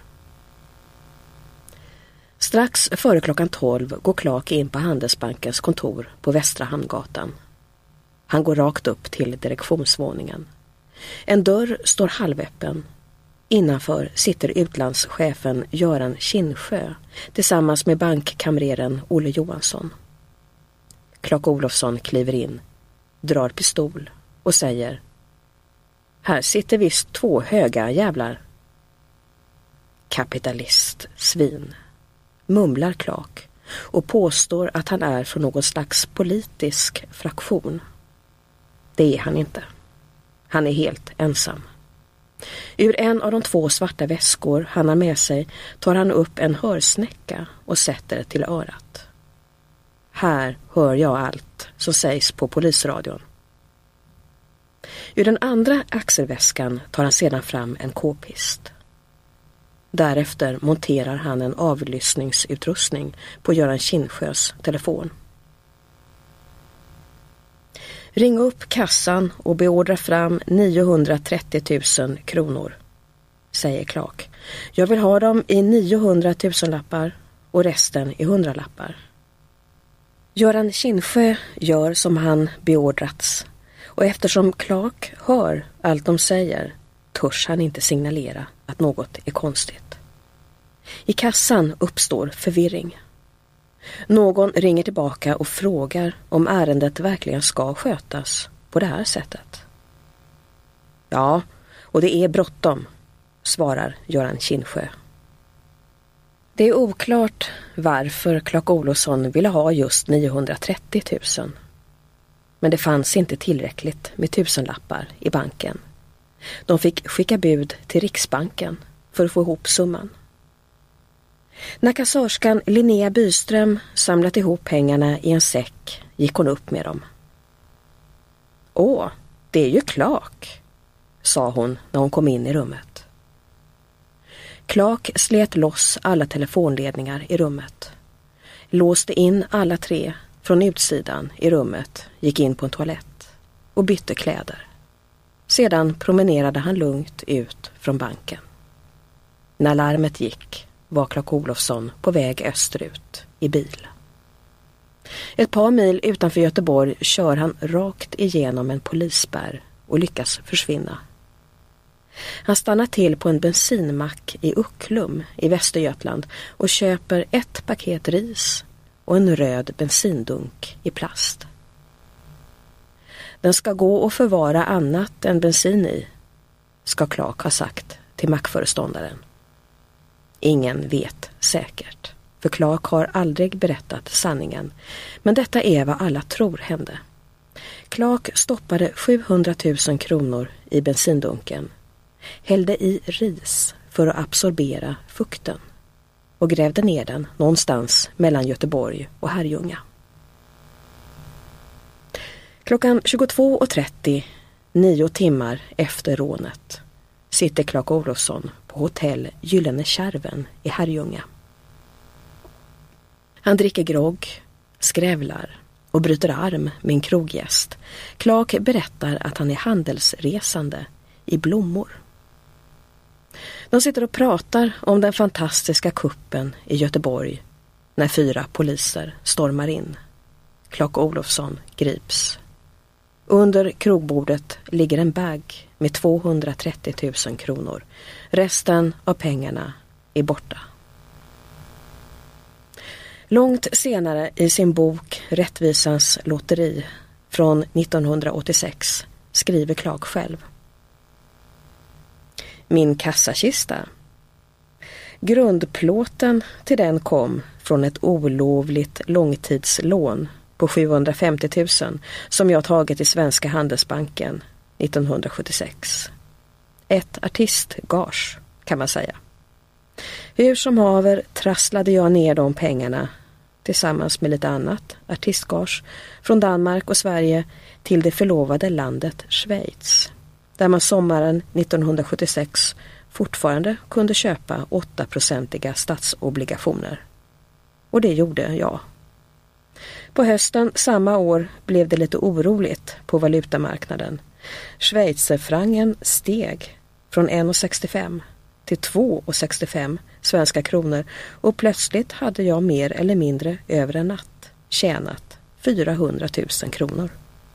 Strax före klockan tolv går Clark in på Handelsbankens kontor på Västra Hamngatan. Han går rakt upp till direktionsvåningen. En dörr står halvöppen. Innanför sitter utlandschefen Göran Kinnsjö tillsammans med bankkamreren Olle Johansson. Clark Olofsson kliver in, drar pistol och säger: "Här sitter visst två höga jävlar." "Kapitalist, svin", mumlar Clark och påstår att han är från någon slags politisk fraktion. Det är han inte. Han är helt ensam. Ur en av de två svarta väskor han har med sig tar han upp en hörsnäcka och sätter till örat. "Här hör jag allt som sägs på polisradion." Ur den andra axelväskan tar han sedan fram en k-pist. Därefter monterar han en avlyssningsutrustning på Göran Kinnsjös telefon. "Ring upp kassan och beordra fram niohundratrettio tusen kronor", säger Clark. "Jag vill ha dem i niohundratusen lappar och resten i hundralappar." Göran Kinnsjö gör som han beordrats, och eftersom Clark hör allt de säger törs han inte signalera att något är konstigt. I kassan uppstår förvirring. Någon ringer tillbaka och frågar om ärendet verkligen ska skötas på det här sättet. "Ja, och det är bråttom", svarar Göran Kinnsjö. Det är oklart varför Clark Olofsson ville ha just niohundratrettio tusen. Men det fanns inte tillräckligt med tusenlappar i banken. De fick skicka bud till Riksbanken för att få ihop summan. När kassörskan Linnea Byström samlat ihop pengarna i en säck gick hon upp med dem. "Åh, det är ju Clark", sa hon när hon kom in i rummet. Clark slet loss alla telefonledningar i rummet, låste in alla tre från utsidan i rummet, gick in på en toalett och bytte kläder. Sedan promenerade han lugnt ut från banken. När larmet gick var Clark Olofsson på väg österut i bil. Ett par mil utanför Göteborg kör han rakt igenom en polisspärr och lyckas försvinna. Han stannar till på en bensinmack i Ucklum i Västergötland och köper ett paket ris och en röd bensindunk i plast. "Den ska gå och förvara annat än bensin i", ska Clark ha sagt till mackföreståndaren. Ingen vet säkert, för Clark har aldrig berättat sanningen, men detta är vad alla tror hände. Clark stoppade sjuhundratusen kronor i bensindunken, hällde i ris för att absorbera fukten och grävde ner den någonstans mellan Göteborg och Herrljunga. Klockan tjugotvå och trettio, nio timmar efter rånet, sitter Clark Olofsson på hotell Gyllene Kärven i Herrljunga. Han dricker grogg, skrävlar och bryter arm med en kroggäst. Clark berättar att han är handelsresande i blommor. De sitter och pratar om den fantastiska kuppen i Göteborg när fyra poliser stormar in. Clark Olofsson grips. Under krogbordet ligger en bag med tvåhundratrettio tusen kronor. Resten av pengarna är borta. Långt senare i sin bok Rättvisans lotteri från nittonhundraåttiosex skriver Clark själv: Min kassakista. Grundplåten till den kom från ett olovligt långtidslån på sjuhundrafemtio tusen som jag tagit i Svenska Handelsbanken nittonhundrasjuttiosex. Ett artistgage kan man säga. Hur som haver trasslade jag ner de pengarna tillsammans med lite annat artistgage från Danmark och Sverige till det förlovade landet Schweiz, där man sommaren nittonhundrasjuttiosex fortfarande kunde köpa åtta-procentiga statsobligationer. Och det gjorde jag. På hösten samma år blev det lite oroligt på valutamarknaden. Schweizerfrangen steg från en komma sextiofem till två komma sextiofem svenska kronor och plötsligt hade jag mer eller mindre över en natt tjänat fyrahundratusen kronor.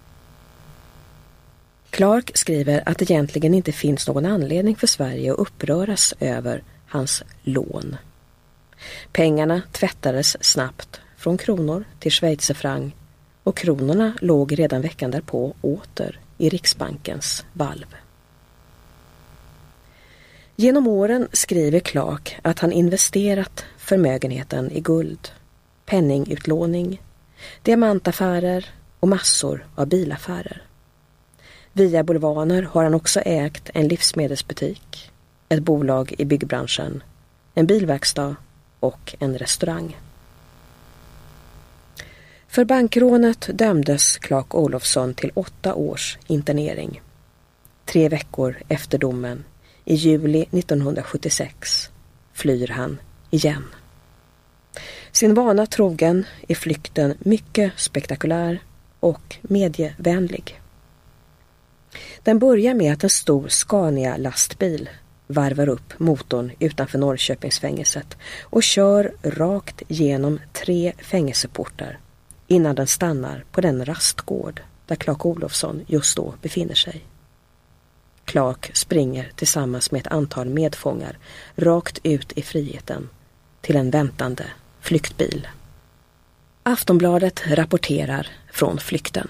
Clark skriver att det egentligen inte finns någon anledning för Sverige att uppröras över hans lån. Pengarna tvättades snabbt från kronor till schweizerfranc och kronorna låg redan veckan därpå åter i Riksbankens valv. Genom åren skriver Clark att han investerat förmögenheten i guld, penningutlåning, diamantaffärer och massor av bilaffärer. Via bulvaner har han också ägt en livsmedelsbutik, ett bolag i byggbranschen, en bilverkstad och en restaurang. För bankrånet dömdes Clark Olofsson till åtta års internering. Tre veckor efter domen, i juli nittonhundrasjuttiosex, flyr han igen. Sin vana trogen är flykten mycket spektakulär och medievänlig. Den börjar med att en stor Scania-lastbil varvar upp motorn utanför Norrköpingsfängelset och kör rakt genom tre fängelseportar innan den stannar på den rastgård där Clark Olofsson just då befinner sig. Clark springer tillsammans med ett antal medfångar rakt ut i friheten till en väntande flyktbil. Aftonbladet rapporterar från flykten.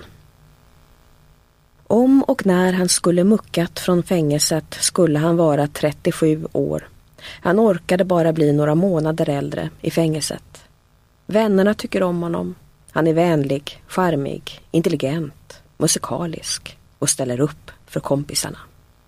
Om och när han skulle muckat från fängelset skulle han vara trettiosju år. Han orkade bara bli några månader äldre i fängelset. Vännerna tycker om honom. Han är vänlig, charmig, intelligent, musikalisk och ställer upp för kompisarna.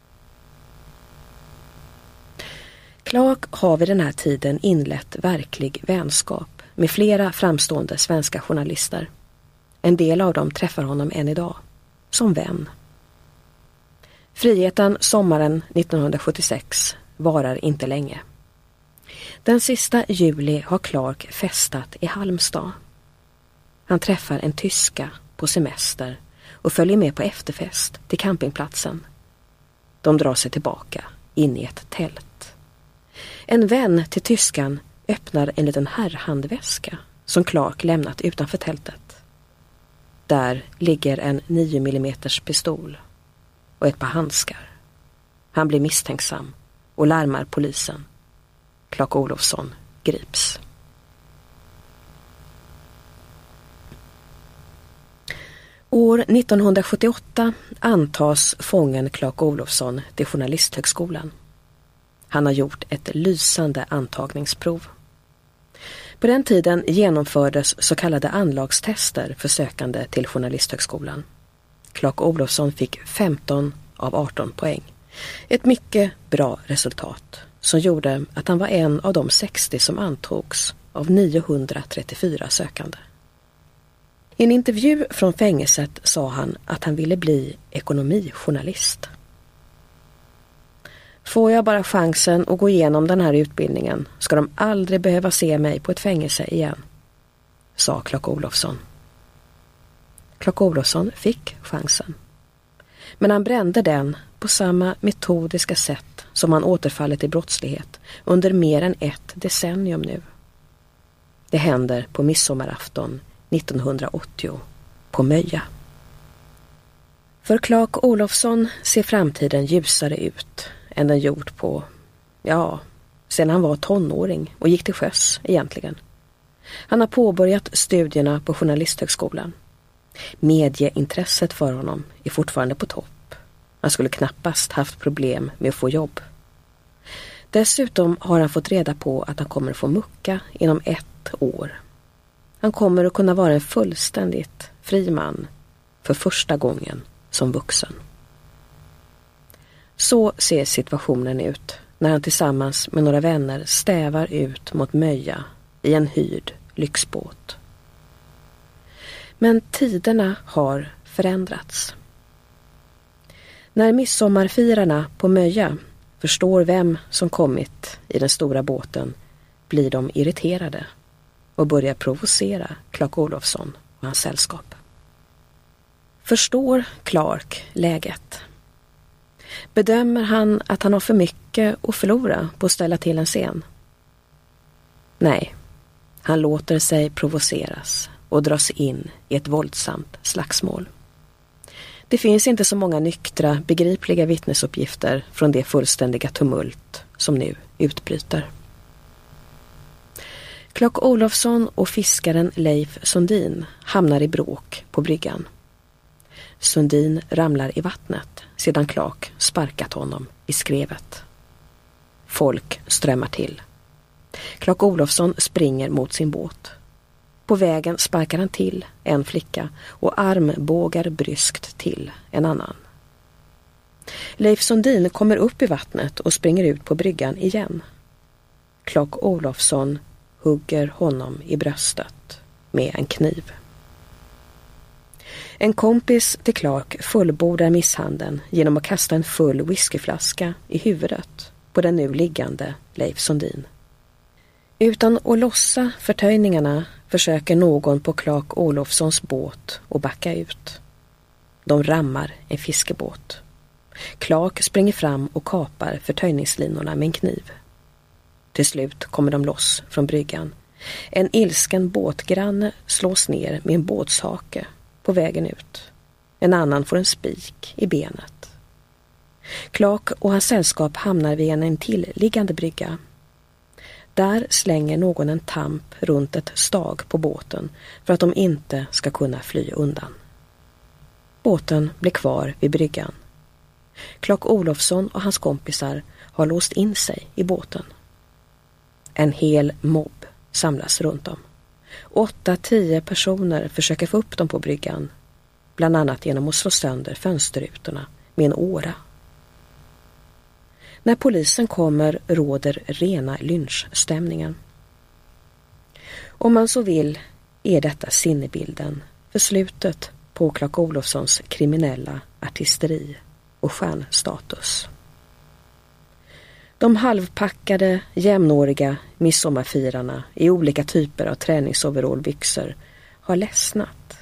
Clark har vid den här tiden inlett verklig vänskap med flera framstående svenska journalister. En del av dem träffar honom än idag, som vän. Friheten sommaren nittonhundrasjuttiosex varar inte länge. Den sista juli har Clark festat i Halmstad. Han träffar en tyska på semester och följer med på efterfest till campingplatsen. De drar sig tillbaka in i ett tält. En vän till tyskan öppnar en liten herrhandväska som Clark lämnat utanför tältet. Där ligger en nio millimeter pistol och ett par handskar. Han blir misstänksam och larmar polisen. Clark Olofsson grips. År nittonhundrasjuttioåtta antas fången Clark Olofsson till Journalisthögskolan. Han har gjort ett lysande antagningsprov. På den tiden genomfördes så kallade anlagstester för sökande till Journalisthögskolan. Clark Olofsson fick femton av arton poäng. Ett mycket bra resultat som gjorde att han var en av de sextio som antogs av niohundratrettiofyra sökande. I en intervju från fängelset sa han att han ville bli ekonomijournalist. Får jag bara chansen att gå igenom den här utbildningen ska de aldrig behöva se mig på ett fängelse igen, sa Clark Olofsson. Clark Olofsson fick chansen. Men han brände den på samma metodiska sätt som han återfallit i brottslighet under mer än ett decennium nu. Det händer på midsommarafton nittonhundraåttio på Möja. För Clark Olofsson ser framtiden ljusare ut än den gjort på, ja, sedan han var tonåring och gick till sjöss egentligen. Han har påbörjat studierna på Journalisthögskolan. Medieintresset för honom är fortfarande på topp. Han skulle knappast haft problem med att få jobb. Dessutom har han fått reda på att han kommer att få mucka inom ett år. Han kommer att kunna vara en fullständigt fri man för första gången som vuxen. Så ser situationen ut när han tillsammans med några vänner stävar ut mot Möja i en hyrd lyxbåt. Men tiderna har förändrats. När midsommarfirarna på Möja förstår vem som kommit i den stora båten blir de irriterade och börjar provocera Clark Olofsson och hans sällskap. Förstår Clark läget? Bedömer han att han har för mycket att förlora på att ställa till en scen? Nej, han låter sig provoceras och dras in i ett våldsamt slagsmål. Det finns inte så många nyktra, begripliga vittnesuppgifter från det fullständiga tumult som nu utbryter. Clark Olofsson och fiskaren Leif Sundin hamnar i bråk på bryggan. Sundin ramlar i vattnet sedan Clark sparkat honom i skrevet. Folk strömmar till. Clark Olofsson springer mot sin båt. På vägen sparkar han till en flicka och armbågar bryskt till en annan. Leif Sundin kommer upp i vattnet och springer ut på bryggan igen. Clark Olofsson hugger honom i bröstet med en kniv. En kompis till Clark fullbordar misshandeln genom att kasta en full whiskyflaska i huvudet på den nu liggande Leif Sundin. Utan att lossa förtöjningarna försöker någon på Clark Olofssons båt att backa ut. De rammar en fiskebåt. Clark springer fram och kapar förtöjningslinorna med en kniv. Till slut kommer de loss från bryggan. En ilsken båtgranne slås ner med en båtshake på vägen ut. En annan får en spik i benet. Clark och hans sällskap hamnar vid en intillliggande brygga. Där slänger någon en tamp runt ett stag på båten för att de inte ska kunna fly undan. Båten blir kvar vid bryggan. Clark Olofsson och hans kompisar har låst in sig i båten. En hel mobb samlas runt dem. Åtta, tio personer försöker få upp dem på bryggan, bland annat genom att slå sönder fönsterrutorna med en åra. När polisen kommer råder rena lynchstämningen. Om man så vill är detta sinnebilden för slutet på Clark Olofssons kriminella artisteri och stjärnstatus. De halvpackade, jämnåriga midsommarfirarna i olika typer av träningsoverallbyxor har ledsnat.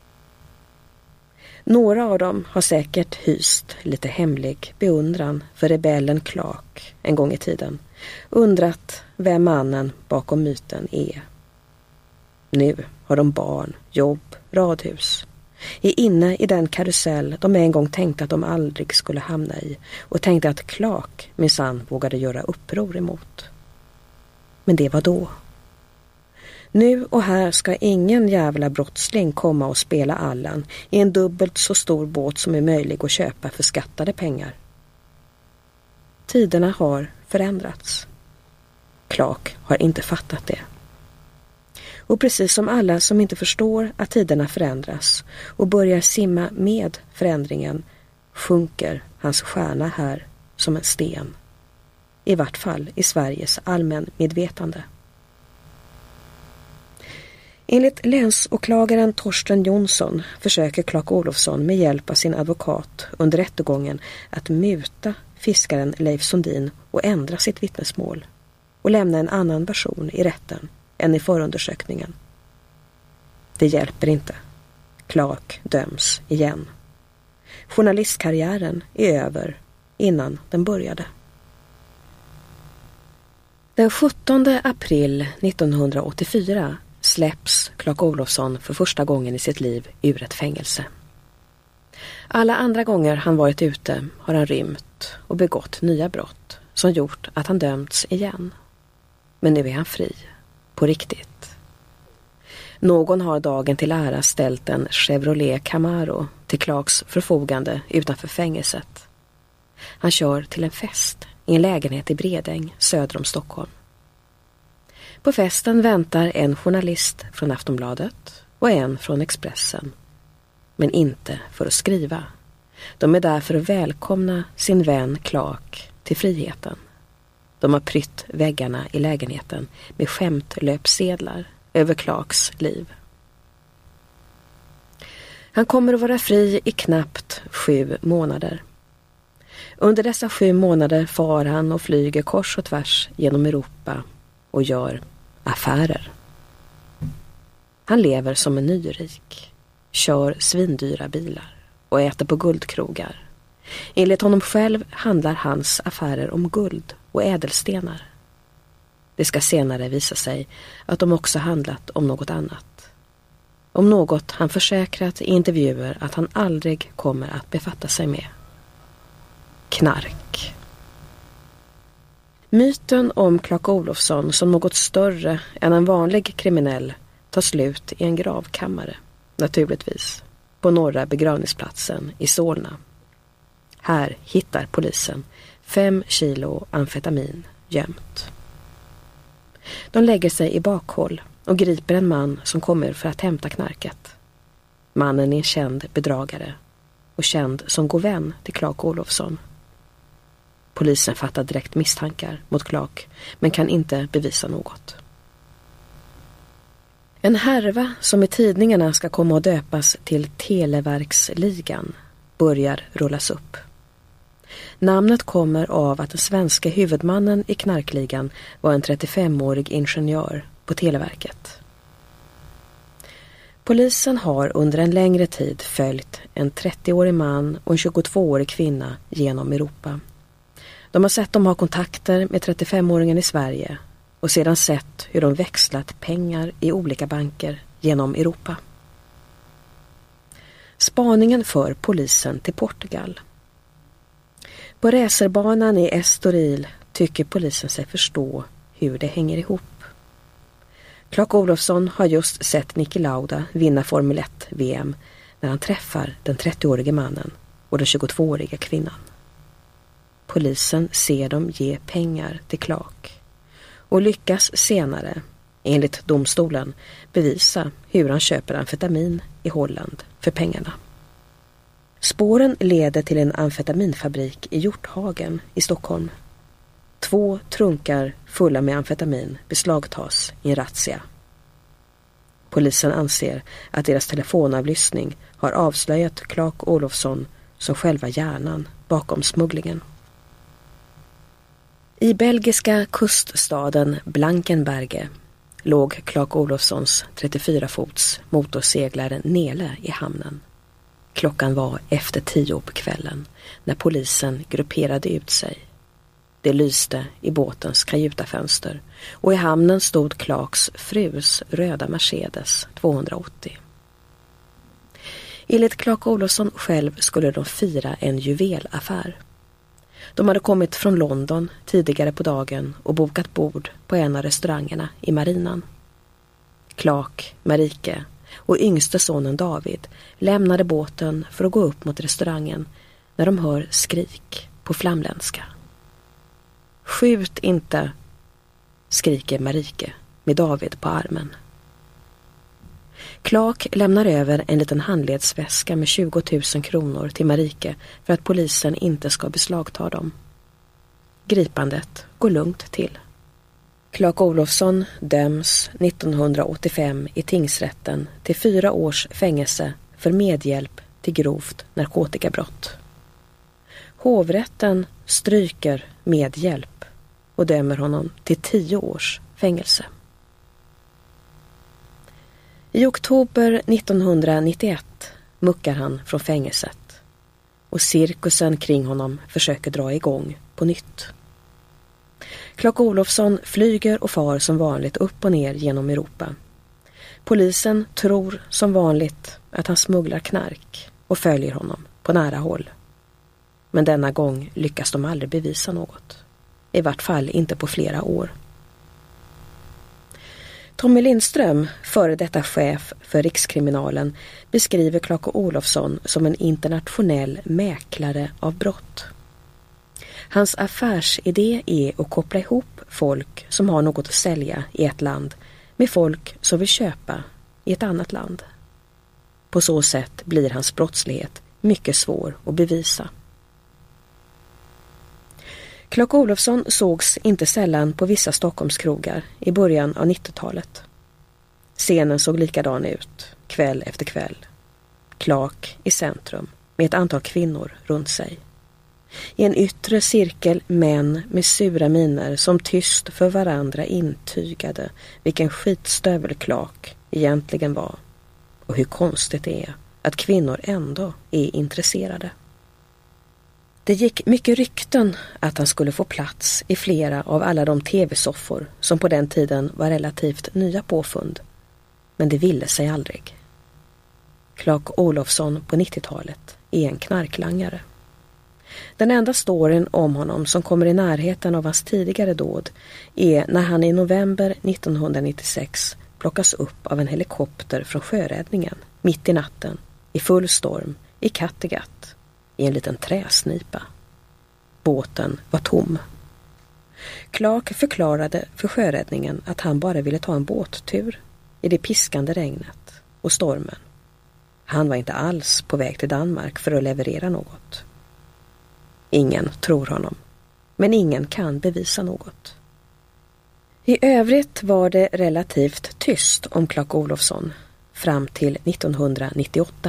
Några av dem har säkert hyst lite hemlig beundran för rebellen Clark en gång i tiden, undrat vem mannen bakom myten är. Nu har de barn, jobb, radhus, är inne i den karusell de en gång tänkte att de aldrig skulle hamna i och tänkte att Clark minsann vågade göra uppror emot. Men det var då. Nu och här ska ingen jävla brottsling komma och spela Allan i en dubbelt så stor båt som är möjlig att köpa för skattade pengar. Tiderna har förändrats. Clark har inte fattat det. Och precis som alla som inte förstår att tiderna förändras och börjar simma med förändringen sjunker hans stjärna här som en sten. I vart fall i Sveriges allmän medvetande. Enligt länsåklagaren Torsten Jonsson försöker Clark Olofsson med hjälp av sin advokat under rättegången att muta fiskaren Leif Sundin och ändra sitt vittnesmål och lämna en annan version i rätten än i förundersökningen. Det hjälper inte. Clark döms igen. Journalistkarriären är över innan den började. Den sjuttonde april nittonhundraåttiofyra släpps Clark Olofsson för första gången i sitt liv ur ett fängelse. Alla andra gånger han varit ute har han rymt och begått nya brott som gjort att han dömts igen. Men nu är han fri, på riktigt. Någon har dagen till ära ställt en Chevrolet Camaro till Clarks förfogande utanför fängelset. Han kör till en fest i en lägenhet i Bredäng söder om Stockholm. På festen väntar en journalist från Aftonbladet och en från Expressen. Men inte för att skriva. De är där för att välkomna sin vän Clark till friheten. De har prytt väggarna i lägenheten med skämtlöpsedlar över Clarks liv. Han kommer att vara fri i knappt sju månader. Under dessa sju månader far han och flyger kors och tvärs genom Europa och gör affärer. Han lever som en nyrik, kör svindyra bilar och äter på guldkrogar. Enligt honom själv handlar hans affärer om guld och ädelstenar. Det ska senare visa sig att de också handlat om något annat. Om något han försäkrat i intervjuer att han aldrig kommer att befatta sig med. Knark. Myten om Clark Olofsson som något större än en vanlig kriminell tar slut i en gravkammare, naturligtvis, på norra begravningsplatsen i Solna. Här hittar polisen fem kilo amfetamin gömt. De lägger sig i bakhåll och griper en man som kommer för att hämta knarket. Mannen är en känd bedragare och känd som god vän till Clark Olofsson. Polisen fattar direkt misstankar mot Clark men kan inte bevisa något. En härva som i tidningarna ska komma att döpas till Televerksligan börjar rullas upp. Namnet kommer av att den svenska huvudmannen i knarkligan var en trettiofemårig ingenjör på Televerket. Polisen har under en längre tid följt en trettioårig man och en tjugotvåårig kvinna genom Europa. De har sett dem ha kontakter med trettiofemåringen i Sverige och sedan sett hur de växlat pengar i olika banker genom Europa. Spaningen för polisen till Portugal. På racerbanan i Estoril tycker polisen sig förstå hur det hänger ihop. Clark Olofsson har just sett Niki Lauda vinna Formel ett-V M när han träffar den trettioårige mannen och den tjugotvååriga kvinnan. Polisen ser dem ge pengar till Clark och lyckas senare, enligt domstolen, bevisa hur han köper amfetamin i Holland för pengarna. Spåren leder till en amfetaminfabrik i Hjorthagen i Stockholm. Två trunkar fulla med amfetamin beslagtas i en razzia. Polisen anser att deras telefonavlyssning har avslöjat Clark Olofsson som själva hjärnan bakom smugglingen. I belgiska kuststaden Blankenberge låg Clark Olofssons trettiofyra-fots motorseglare Nele i hamnen. Klockan var efter tio på kvällen när polisen grupperade ut sig. Det lyste i båtens kajutafönster och i hamnen stod Clarks frus röda Mercedes tvåhundraåttio. Enligt Clark Olofsson själv skulle de fira en juvelaffär. De hade kommit från London tidigare på dagen och bokat bord på en av restaurangerna i marinan. Clark, Marike och yngste sonen David lämnade båten för att gå upp mot restaurangen när de hör skrik på flamländska. Skjut inte, skriker Marike med David på armen. Clark lämnar över en liten handledsväska med tjugo tusen kronor till Marike för att polisen inte ska beslagta dem. Gripandet går lugnt till. Clark Olofsson döms nittonhundraåttiofem i tingsrätten till fyra års fängelse för medhjälp till grovt narkotikabrott. Hovrätten stryker medhjälp och dömer honom till tio års fängelse. I oktober nittonhundranittioett muckar han från fängelset och cirkusen kring honom försöker dra igång på nytt. Clark Olofsson flyger och far som vanligt upp och ner genom Europa. Polisen tror som vanligt att han smugglar knark och följer honom på nära håll. Men denna gång lyckas de aldrig bevisa något. I vart fall inte på flera år. Tommy Lindström, före detta chef för Rikskriminalen, beskriver Clark Olofsson som en internationell mäklare av brott. Hans affärsidé är att koppla ihop folk som har något att sälja i ett land med folk som vill köpa i ett annat land. På så sätt blir hans brottslighet mycket svår att bevisa. Clark Olofsson sågs inte sällan på vissa Stockholmskrogar i början av nittiotalet. Scenen såg likadan ut, kväll efter kväll. Clark i centrum med ett antal kvinnor runt sig. I en yttre cirkel män med sura miner som tyst för varandra intygade vilken skitstövel Clark egentligen var. Och hur konstigt det är att kvinnor ändå är intresserade. Det gick mycket rykten att han skulle få plats i flera av alla de tv-soffor som på den tiden var relativt nya påfund. Men det ville sig aldrig. Clark Olofsson på nittiotalet är en knarklangare. Den enda storyn om honom som kommer i närheten av hans tidigare dåd är när han i november nittonhundranittiosex plockas upp av en helikopter från sjöräddningen mitt i natten, i full storm, i Kattegatt, i en liten träsnipa. Båten var tom. Clark förklarade för sjöräddningen att han bara ville ta en båttur i det piskande regnet och stormen. Han var inte alls på väg till Danmark för att leverera något. Ingen tror honom, men ingen kan bevisa något. I övrigt var det relativt tyst om Clark Olofsson fram till nittonhundranittioåtta.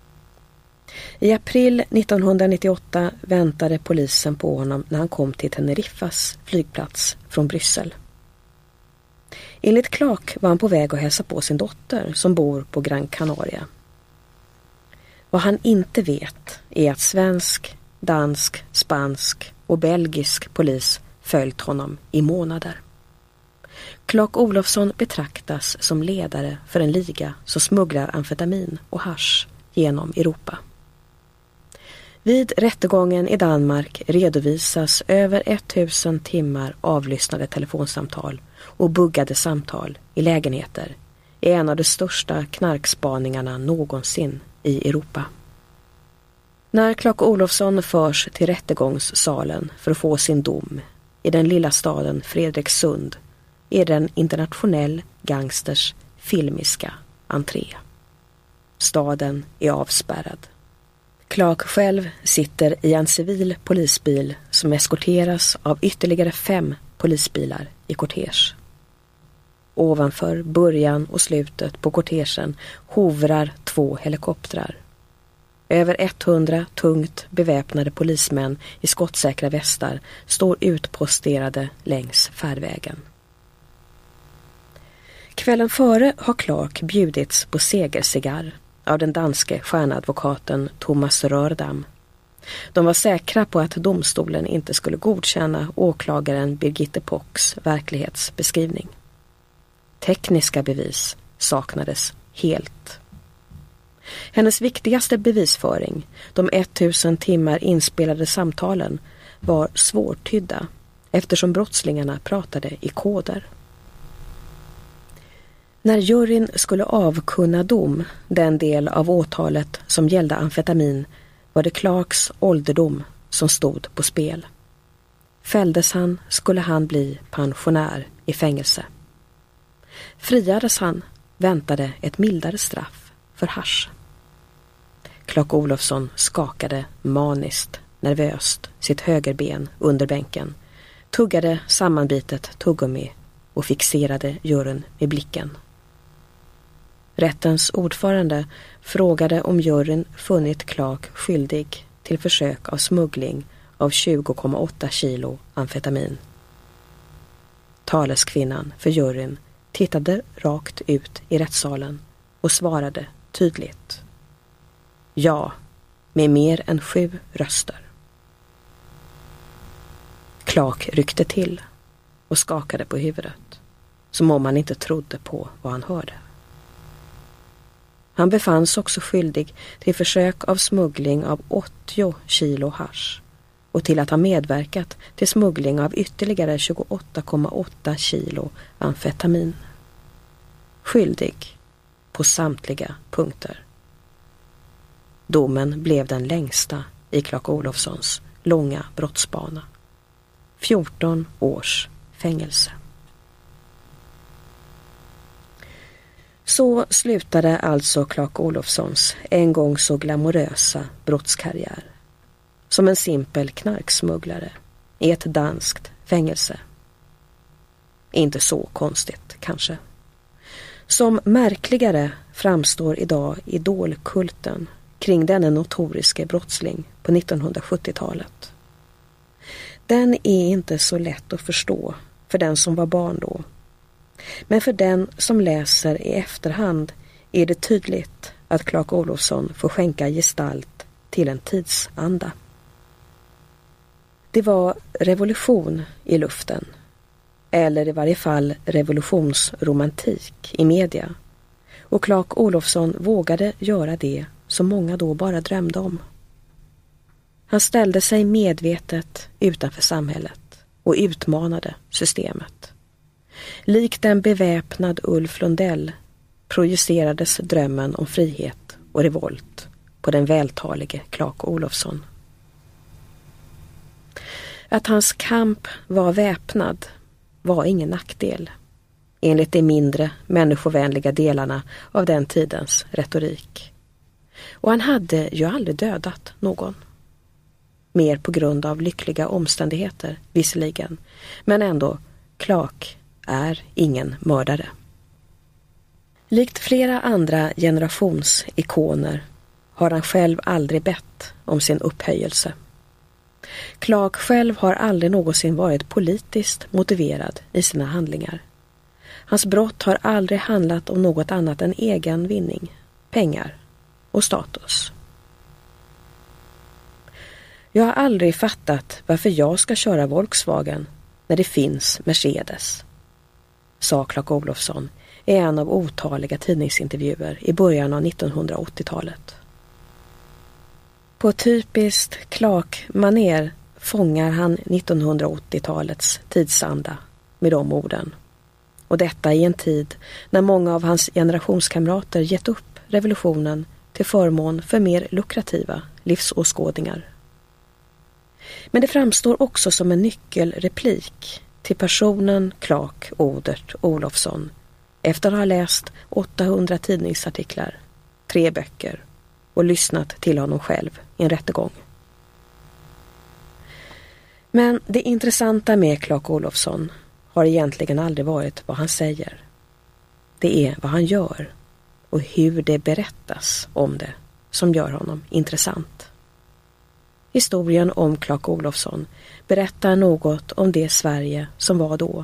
I april nittonhundranittioåtta väntade polisen på honom när han kom till Teneriffas flygplats från Bryssel. Enligt Clark var han på väg att hälsa på sin dotter som bor på Gran Canaria. Vad han inte vet är att svensk, dansk, spansk och belgisk polis följt honom i månader. Clark Olofsson betraktas som ledare för en liga som smugglar amfetamin och hasch genom Europa. Vid rättegången i Danmark redovisas över tusen timmar avlyssnade telefonsamtal och buggade samtal i lägenheter i en av de största knarkspaningarna någonsin i Europa. När Clark Olofsson förs till rättegångssalen för att få sin dom i den lilla staden Fredrikssund är det en internationell gangsters filmiska entré. Staden är avspärrad. Clark själv sitter i en civil polisbil som eskorteras av ytterligare fem polisbilar i kortege. Ovanför början och slutet på kortegen hovrar två helikoptrar. Över hundra tungt beväpnade polismän i skottsäkra västar står utposterade längs färdvägen. Kvällen före har Clark bjudits på segercigarr av den danske stjärnadvokaten Thomas Rördam. De var säkra på att domstolen inte skulle godkänna åklagaren Birgitte Pocks verklighetsbeskrivning. Tekniska bevis saknades helt. Hennes viktigaste bevisföring, de tusen timmar inspelade samtalen, var svårtydda eftersom brottslingarna pratade i koder. När juryn skulle avkunna dom, den del av åtalet som gällde amfetamin, var det Clarks ålderdom som stod på spel. Fälldes han skulle han bli pensionär i fängelse. Friades han väntade ett mildare straff för hasch. Clark Olofsson skakade maniskt, nervöst sitt högerben under bänken, tuggade sammanbitet tuggummi och fixerade juryn med blicken. Rättens ordförande frågade om juryn funnit Clark skyldig till försök av smuggling av tjugo komma åtta kilo amfetamin. Taleskvinnan för juryn tittade rakt ut i rättssalen och svarade tydligt: ja, med mer än sju röster. Clark ryckte till och skakade på huvudet, som om han inte trodde på vad han hörde. Han befanns också skyldig till försök av smuggling av åttio kilo hasch och till att ha medverkat till smuggling av ytterligare tjugoåtta komma åtta kilo amfetamin. Skyldig på samtliga punkter. Domen blev den längsta i Clark Olofssons långa brottsbana. fjorton års fängelse. Så slutade alltså Clark Olofssons en gång så glamorösa brottskarriär. Som en simpel knarksmugglare i ett danskt fängelse. Inte så konstigt, kanske. Som märkligare framstår idag idolkulten kring denne notoriske brottsling på nittonhundrasjuttiotalet. Den är inte så lätt att förstå för den som var barn då. Men för den som läser i efterhand är det tydligt att Clark Olofsson får skänka gestalt till en tidsanda. Det var revolution i luften, eller i varje fall revolutionsromantik i media. Och Clark Olofsson vågade göra det som många då bara drömde om. Han ställde sig medvetet utanför samhället och utmanade systemet. Likt en beväpnad Ulf Lundell projicerades drömmen om frihet och revolt på den vältalige Clark Olofsson. Att hans kamp var väpnad var ingen nackdel, enligt de mindre människovänliga delarna av den tidens retorik. Och han hade ju aldrig dödat någon. Mer på grund av lyckliga omständigheter, visserligen, men ändå, Clark är ingen mördare. Likt flera andra generationsikoner har han själv aldrig bett om sin upphöjelse. Clark själv har aldrig någonsin varit politiskt motiverad i sina handlingar. Hans brott har aldrig handlat om något annat än egen vinning, pengar och status. Jag har aldrig fattat varför jag ska köra Volkswagen när det finns Mercedes, sa Clark Olofsson i en av otaliga tidningsintervjuer i början av nittonhundraåttiotalet. På typiskt Clark-manér fångar han nittonhundraåttiotalets tidsanda med de orden. Och detta i en tid när många av hans generationskamrater gett upp revolutionen till förmån för mer lukrativa livsåskådningar. Men det framstår också som en nyckelreplik till personen Clark Odert Olofsson efter att ha läst åttahundra tidningsartiklar, tre böcker och lyssnat till honom själv i en rättegång. Men det intressanta med Clark Olofsson har egentligen aldrig varit vad han säger. Det är vad han gör och hur det berättas om det som gör honom intressant. Historien om Clark Olofsson berättar något om det Sverige som var då.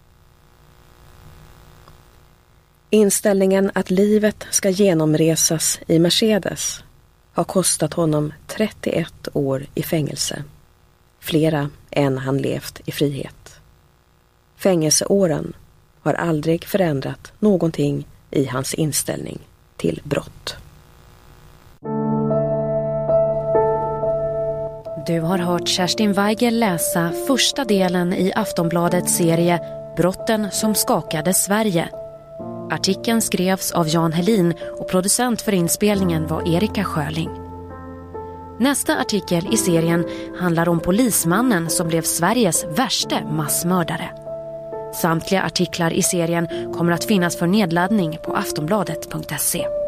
Inställningen att livet ska genomresas i Mercedes har kostat honom trettioett år i fängelse. Flera än han levt i frihet. Fängelseåren har aldrig förändrat någonting i hans inställning till brott. Du har hört Kerstin Weigel läsa första delen i Aftonbladets serie Brotten som skakade Sverige. Artikeln skrevs av Jan Helin och producent för inspelningen var Erika Sjöling. Nästa artikel i serien handlar om polismannen som blev Sveriges värsta massmördare. Samtliga artiklar i serien kommer att finnas för nedladdning på aftonbladet punkt se.